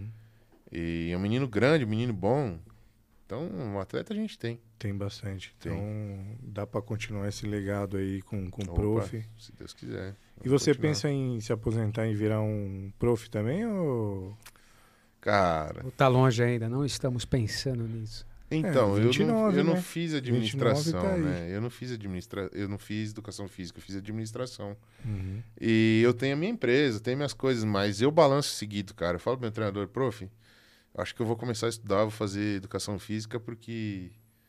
E é um menino grande, um menino bom. Então, um atleta a gente tem. Tem bastante. Tem. Então, dá para continuar esse legado aí com o Opa, prof. se Deus quiser. E você continuar. pensa em se aposentar e virar um prof também, ou... Cara, tá longe ainda, não estamos pensando nisso. então, 29, eu não né? fiz 29 administração, tá aí. né? Eu não fiz educação física, eu fiz administração. Uhum. E eu tenho a minha empresa, tenho minhas coisas, mas eu balanço seguido, cara. Eu falo pro meu treinador, prof, acho que eu vou começar a estudar, vou fazer educação física porque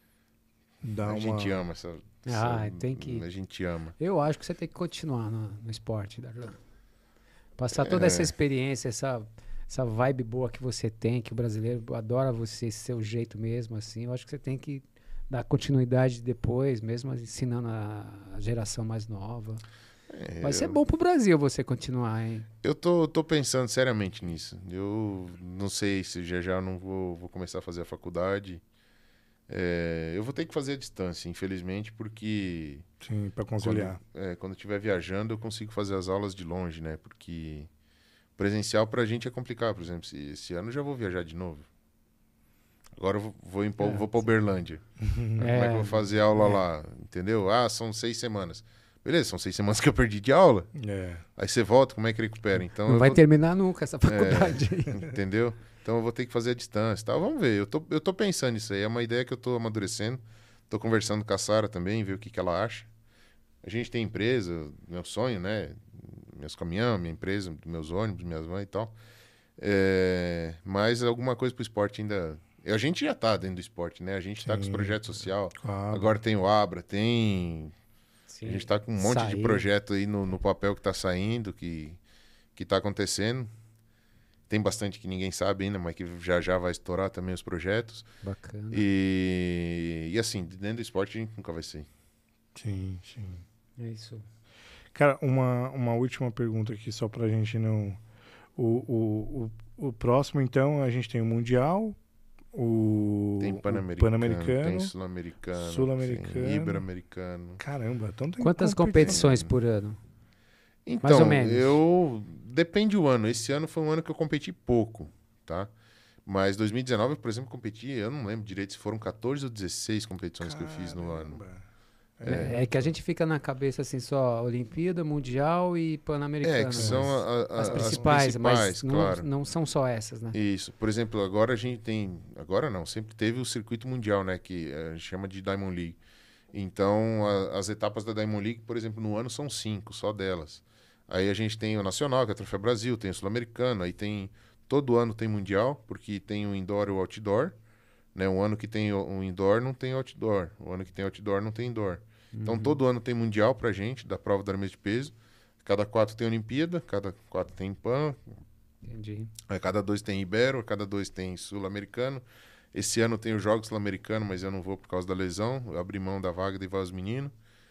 a gente ama Tem que... A gente ama. Eu acho que você tem que continuar no esporte, Darlan. Passar toda essa experiência, essa vibe boa que você tem, que o brasileiro adora você, esse seu jeito mesmo, assim. Eu acho que você tem que dar continuidade depois, mesmo ensinando a geração mais nova. Vai ser bom pro Brasil você continuar, hein? Eu tô pensando seriamente nisso. Eu não sei se já não vou começar a fazer a faculdade. Eu vou ter que fazer a distância, infelizmente, porque... Sim, para conciliar. Quando eu estiver viajando, eu consigo fazer as aulas de longe, né? Porque presencial pra gente é complicado. Por exemplo, esse ano eu já vou viajar de novo. Agora eu vou pra Uberlândia. Como é que eu vou fazer aula lá? Entendeu? São 6 semanas. Beleza, são 6 semanas que eu perdi de aula. Aí você volta, como é que recupera? Então, Não vai terminar nunca essa faculdade aí. Entendeu? Então eu vou ter que fazer a distância, tá? Vamos ver. Eu tô pensando nisso aí. É uma ideia que eu tô amadurecendo. Tô conversando com a Sara também, ver o que ela acha. A gente tem empresa, meu sonho, né? Meus caminhões, minha empresa, meus ônibus, minhas vans e tal. Mas alguma coisa pro esporte ainda... A gente já tá dentro do esporte, né? A gente tá com os projetos sociais. Claro. Agora tem o Abra, tem... Sim. A gente tá com um monte de projeto aí no papel que tá saindo, que tá acontecendo. Tem bastante que ninguém sabe ainda, mas que já vai estourar também os projetos. Bacana. E assim, dentro do esporte a gente nunca vai ser. Sim, sim. É isso. Cara, uma última pergunta aqui, só pra gente não... O próximo, então, a gente tem o Mundial, Tem o Pan-Americano, tem Sul-Americano, Sul-Americano. tem Ibero-Americano. Caramba, então tem Quantas competições por ano? Então, Mais ou menos. Depende do ano. Esse ano foi um ano que eu competi pouco, tá? Mas 2019, por exemplo, competi, eu não lembro direito se foram 14 ou 16 competições que eu fiz no ano. É que a gente fica na cabeça assim só Olimpíada, Mundial e Pan-Americano. Que são as principais, mas claro. não são só essas, né? Isso. Por exemplo, agora a gente tem... Agora não, sempre teve o circuito mundial, né? Que a gente chama de Diamond League. Então, as etapas da Diamond League, por exemplo, no ano são 5, só delas. Aí a gente tem o Nacional, que é o Troféu Brasil, tem o Sul-Americano, aí tem todo ano tem mundial, porque tem o indoor e o outdoor. Né? Um ano que tem um indoor, não tem outdoor. O ano que tem outdoor, não tem indoor. Então, todo ano tem mundial pra gente, da prova da arremesso de peso. Cada 4 tem Olimpíada, cada 4 tem PAN. Entendi. A cada 2 tem Ibero, a cada 2 tem Sul-Americano. Esse ano tem os Jogos Sul-Americanos, mas eu não vou por causa da lesão. Eu abri mão da vaga de vai os meninos.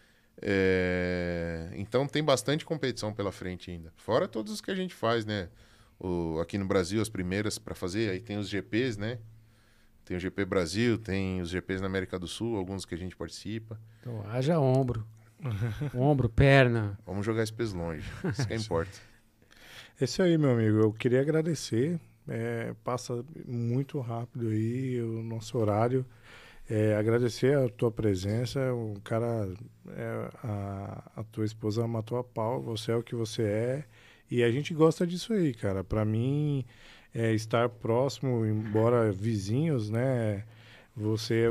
Então tem bastante competição pela frente ainda. Fora todos os que a gente faz, né? Aqui no Brasil, as primeiras para fazer. Aí tem os GPs, né? Tem o GP Brasil, tem os GPs na América do Sul, alguns que a gente participa. Então, haja ombro. Ombro, perna. Vamos jogar esse peso longe. Isso que importa. É isso aí, meu amigo. Eu queria agradecer. Passa muito rápido aí o nosso horário. Agradecer a tua presença. O cara, a tua esposa matou a pau. Você é o que você é. E a gente gosta disso aí, cara. Pra mim, estar próximo, embora vizinhos, né? Você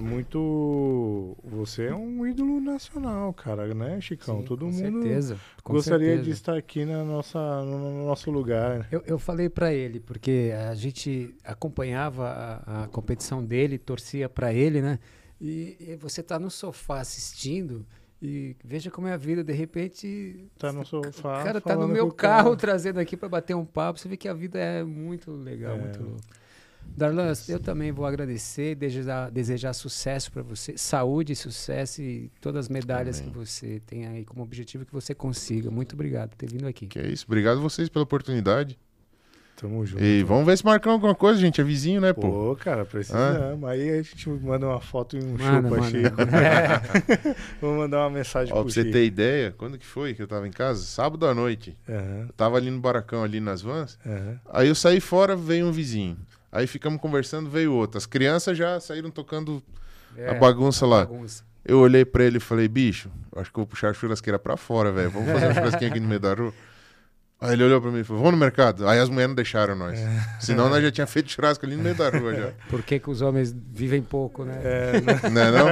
é um ídolo nacional, cara, né, Chicão? Sim, Todo com mundo certeza, com gostaria certeza. de estar aqui no nosso lugar. Eu falei para ele, porque a gente acompanhava a competição dele, torcia para ele, né? E você tá no sofá assistindo e veja como é a vida, de repente... Tá no sofá, o cara tá no falando meu com o carro cara. trazendo aqui para bater um papo, você vê que a vida é muito legal, muito louco. Darlan, eu também vou agradecer, desejar sucesso para você, saúde, sucesso e todas as medalhas Amém. que você tem aí como objetivo que você consiga. Muito obrigado por ter vindo aqui. Que é isso. Obrigado a vocês pela oportunidade. Tamo junto. E vamos ver se marcamos alguma coisa, gente. É vizinho, né, pô? Pô, cara, precisamos. Aí a gente manda uma foto e um Manda, chupa, manda. Chico. Vou mandar uma mensagem Ó, pro pra você Chico. ter ideia, quando que foi que eu tava em casa? Sábado à noite. Aham, Eu tava ali no baracão, ali nas vans. aham. Aí eu saí fora, veio um vizinho. Aí ficamos conversando, veio outro. As crianças já saíram tocando a bagunça lá. Bagunça. Eu olhei pra ele e falei, bicho, acho que eu vou puxar a churrasqueira pra fora, velho. Vamos fazer um churrasquinho aqui no meio da rua. Aí ele olhou pra mim e falou, vamos no mercado. Aí as mulheres não deixaram nós. Senão nós já tinha feito churrasco ali no meio da rua já. Por que os homens vivem pouco, né? Não é não?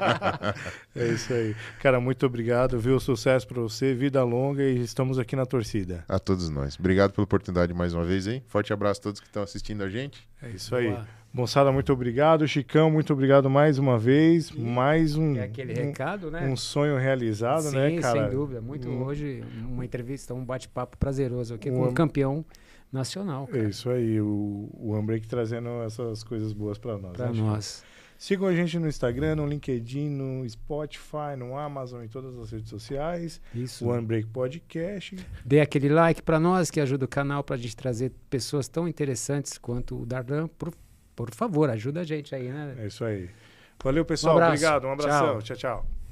É isso aí. Cara, muito obrigado, viu? Sucesso pra você, vida longa e estamos aqui na torcida. A todos nós. Obrigado pela oportunidade mais uma vez, hein? Forte abraço a todos que estão assistindo a gente. É isso aí. Boa. Moçada, muito obrigado. Chicão, muito obrigado mais uma vez. Mais um, É aquele recado, né? um sonho realizado, Sim, né, cara? sem dúvida. Muito hoje, uma entrevista, um bate-papo prazeroso aqui com Um- um campeão nacional, É cara, isso aí, o Unbreak trazendo essas coisas boas pra nós. pra né, Chico? nós. Sigam a gente no Instagram, no LinkedIn, no Spotify, no Amazon e todas as redes sociais. Isso. O Unbreak Podcast. Dê aquele like pra nós, que ajuda o canal pra gente trazer pessoas tão interessantes quanto o Darlan. Por favor, ajuda a gente aí, né? É isso aí. Valeu, pessoal. abraço. Obrigado. Um abração. Tchau. Tchau, tchau.